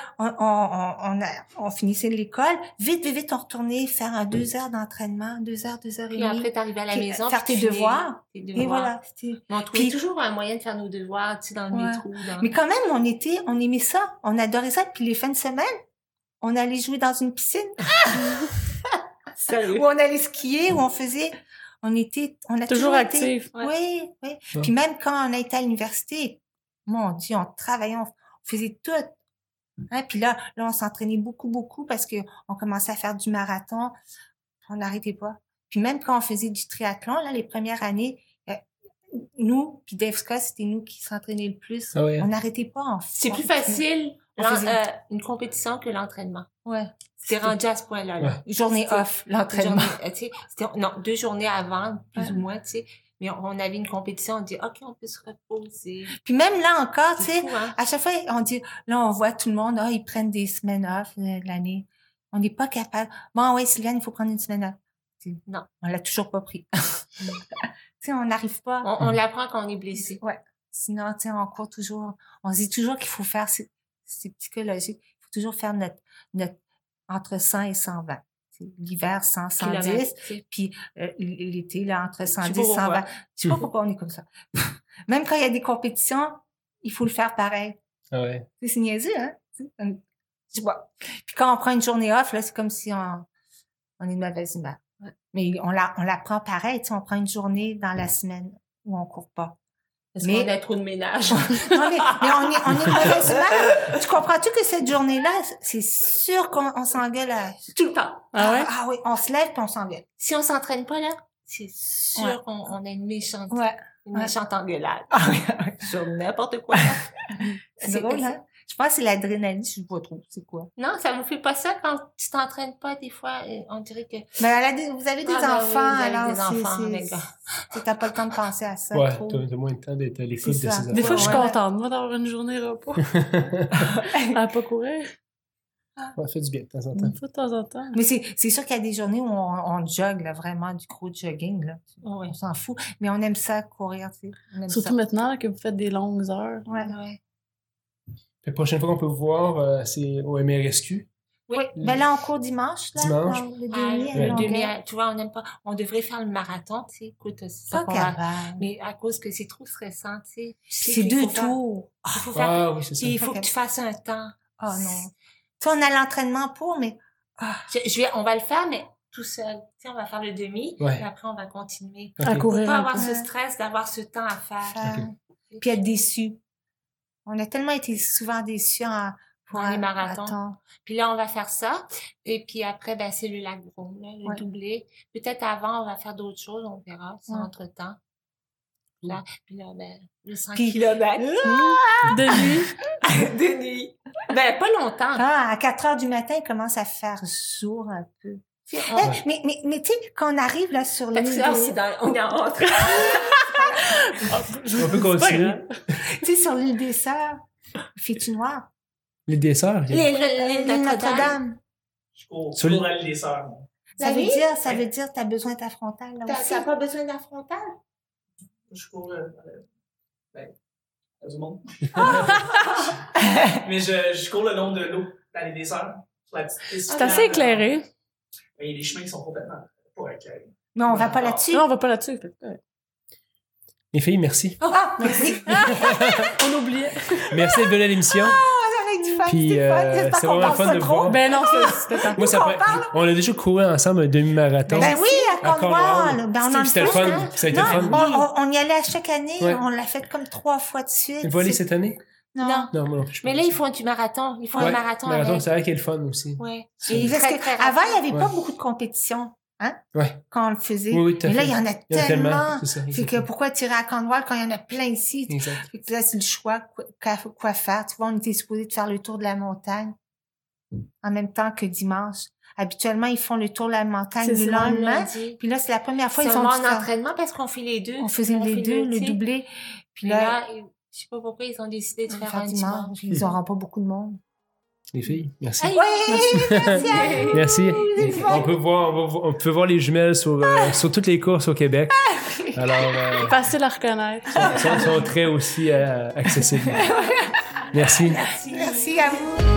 on finissait l'école. Vite, on retournait faire 2 heures d'entraînement, 2 heures et demie. Puis après, t'arrivais à la maison. Faire tes devoirs. Et voilà. Mais on trouvait toujours un moyen de faire nos devoirs, tu sais, dans le métro. Mais quand même, on aimait ça. On adorait ça. Puis les fins de semaine, on allait jouer dans une piscine. Ou on allait skier, ou on a toujours actifs. Oui. Puis même quand on a été à l'université, mon Dieu, on travaillait, on faisait tout. Hein? Puis là, on s'entraînait beaucoup parce que on commençait à faire du marathon. On n'arrêtait pas. Puis même quand on faisait du triathlon, là, les premières années, nous, puis Dave Scott, c'était nous qui s'entraînaient le plus. Ah ouais. On n'arrêtait pas. C'est plus facile une compétition que l'entraînement. Ouais. C'est rendu à ce point-là. Là. Journée off, l'entraînement. Non, 2 journées avant, plus ou moins, tu sais. Mais on avait une compétition, on dit, OK, on peut se reposer. Puis même là encore, tu sais, hein? à chaque fois, on dit, là, on voit tout le monde, ils prennent des semaines off de l'année. On n'est pas capable. Bon, ouais, Sylviane, il faut prendre une semaine off. T'sais, non. On l'a toujours pas pris. Tu sais, on n'arrive pas. On l'apprend quand on est blessé. Ouais. Sinon, tu sais, on court toujours. On se dit toujours qu'il faut faire, c'est psychologique. Il faut toujours faire notre entre 100 et 120. L'hiver, 100, 110. Puis l'été, là, entre 110 et 120. Je sais pas pourquoi on est comme ça. Même quand il y a des compétitions, il faut le faire pareil. Ah ouais. C'est niaiseux, hein? Je sais pas. Puis quand on prend une journée off, là, c'est comme si on est de mauvaise humeur. Ouais. Mais on la prend pareil, tu sais, on prend une journée dans la semaine où on court pas. Parce qu'on a trop de ménage. Non, mais on est de mauvaise humeur. Tu comprends-tu que cette journée-là, c'est sûr qu'on s'engueule tout le temps. Ah ouais? Ah oui, on se lève puis on s'engueule. Si on s'entraîne pas, là, c'est sûr qu'on a une méchante engueulade. Ah oui. Sur n'importe quoi. C'est drôle, hein? Je pense que c'est l'adrénaline, je sais pas trop. C'est quoi? Non, ça vous fait pas ça quand tu t'entraînes pas, des fois, on dirait que... Mais vous avez des enfants, oui, alors des enfants, t'as pas le temps de penser à ça. Ouais, trop. t'as moins de temps d'être à l'écoute de ces enfants. Des fois, je suis contente, moi, d'avoir une journée repos. À pas courir. Ça fait du bien de temps en temps. Une fois de temps en temps. Mais c'est sûr qu'il y a des journées où on jogue, là, vraiment, du gros jogging, là. Ouais. On s'en fout. Mais on aime ça, courir, tu sais. Surtout maintenant, là, que vous faites des longues heures. Ouais. La prochaine fois qu'on peut vous voir, c'est au MRSQ. Oui. Ben là, on court dimanche, là. Dimanche. Le demi, tu vois, on n'aime pas. On devrait faire le marathon, tu sais. Écoute, c'est ça qu'on va. Mais à cause que c'est trop stressant, tu sais. C'est 2 tours. Oui, c'est ça. Il faut que tu fasses un temps. Oh non. Tu sais, on a l'entraînement pour, mais... On va le faire, mais tout seul. Tu sais, on va faire le demi, et après, on va continuer. À courir. Pas avoir ce stress d'avoir ce temps à faire. Puis être déçu. On a tellement été souvent déçus pour les marathons. Puis là, on va faire ça. Et puis après, ben, c'est le lac Brome, le doublé. Peut-être avant, on va faire d'autres choses, on verra, c'est entre-temps. Là, puis là, ben, le 100 Puis, kilomètres. De nuit. De nuit. Ben, pas longtemps. À 4 heures du matin, il commence à faire jour un peu. Mais tu sais, quand on arrive là sur l'île on est en rentrée. On peut continuer. Tu sais, sur l'île des Sœurs, il fait-tu noir? L'île des Sœurs? L'île Notre-Dame. Sur l'île des Sœurs. Ça veut dire que t'as besoin de ta frontale, là aussi. T'as pas besoin de la frontale? Je cours, du monde. Mais je cours le long de l'eau, dans l'île des Sœurs. C'est assez éclairé. Mais les chemins qui sont complètement pas éclairés. Mais on va pas là-dessus. Non, on va pas là-dessus. Les filles, merci. Merci. On oubliait. Merci d'être venu à l'émission. Avec du fun, Puis, c'est vraiment fun de voir. Ben non, c'était ça. Moi, on a déjà couru ensemble un demi-marathon. Ben oui, à Cornwall. Ben, on en c'était le fun. Ça a été le fun. On y allait à chaque année. Ouais. On l'a fait comme 3 fois de suite. Vous allez cette année? Non, moi non plus. Mais là, ils font du marathon. Ils font un marathon. C'est vrai qu'il est le fun aussi. Oui. Parce qu'avant, il n'y avait pas beaucoup de compétition. Hein? Ouais. Quand on le faisait. Oui, mais là, il y en a tellement. C'est que pourquoi tirer à Cornwall quand il y en a plein ici? Exact. Fait que là, c'est le choix, quoi faire. Tu vois, on était supposé de faire le tour de la montagne en même temps que dimanche. Habituellement, ils font le tour de la montagne le lendemain. Puis là, c'est la première fois qu'ils ont fait entraînement parce qu'on fait les deux. On faisait les deux, le doublé. Puis là, je sais pas pourquoi ils ont décidé de faire un dimanche. Ils n'auront pas beaucoup de monde. Les filles, merci. Oui, merci. Merci. On peut voir les jumelles sur toutes les courses au Québec. Alors, facile à reconnaître. Sont très aussi accessibles. Merci. Merci à vous.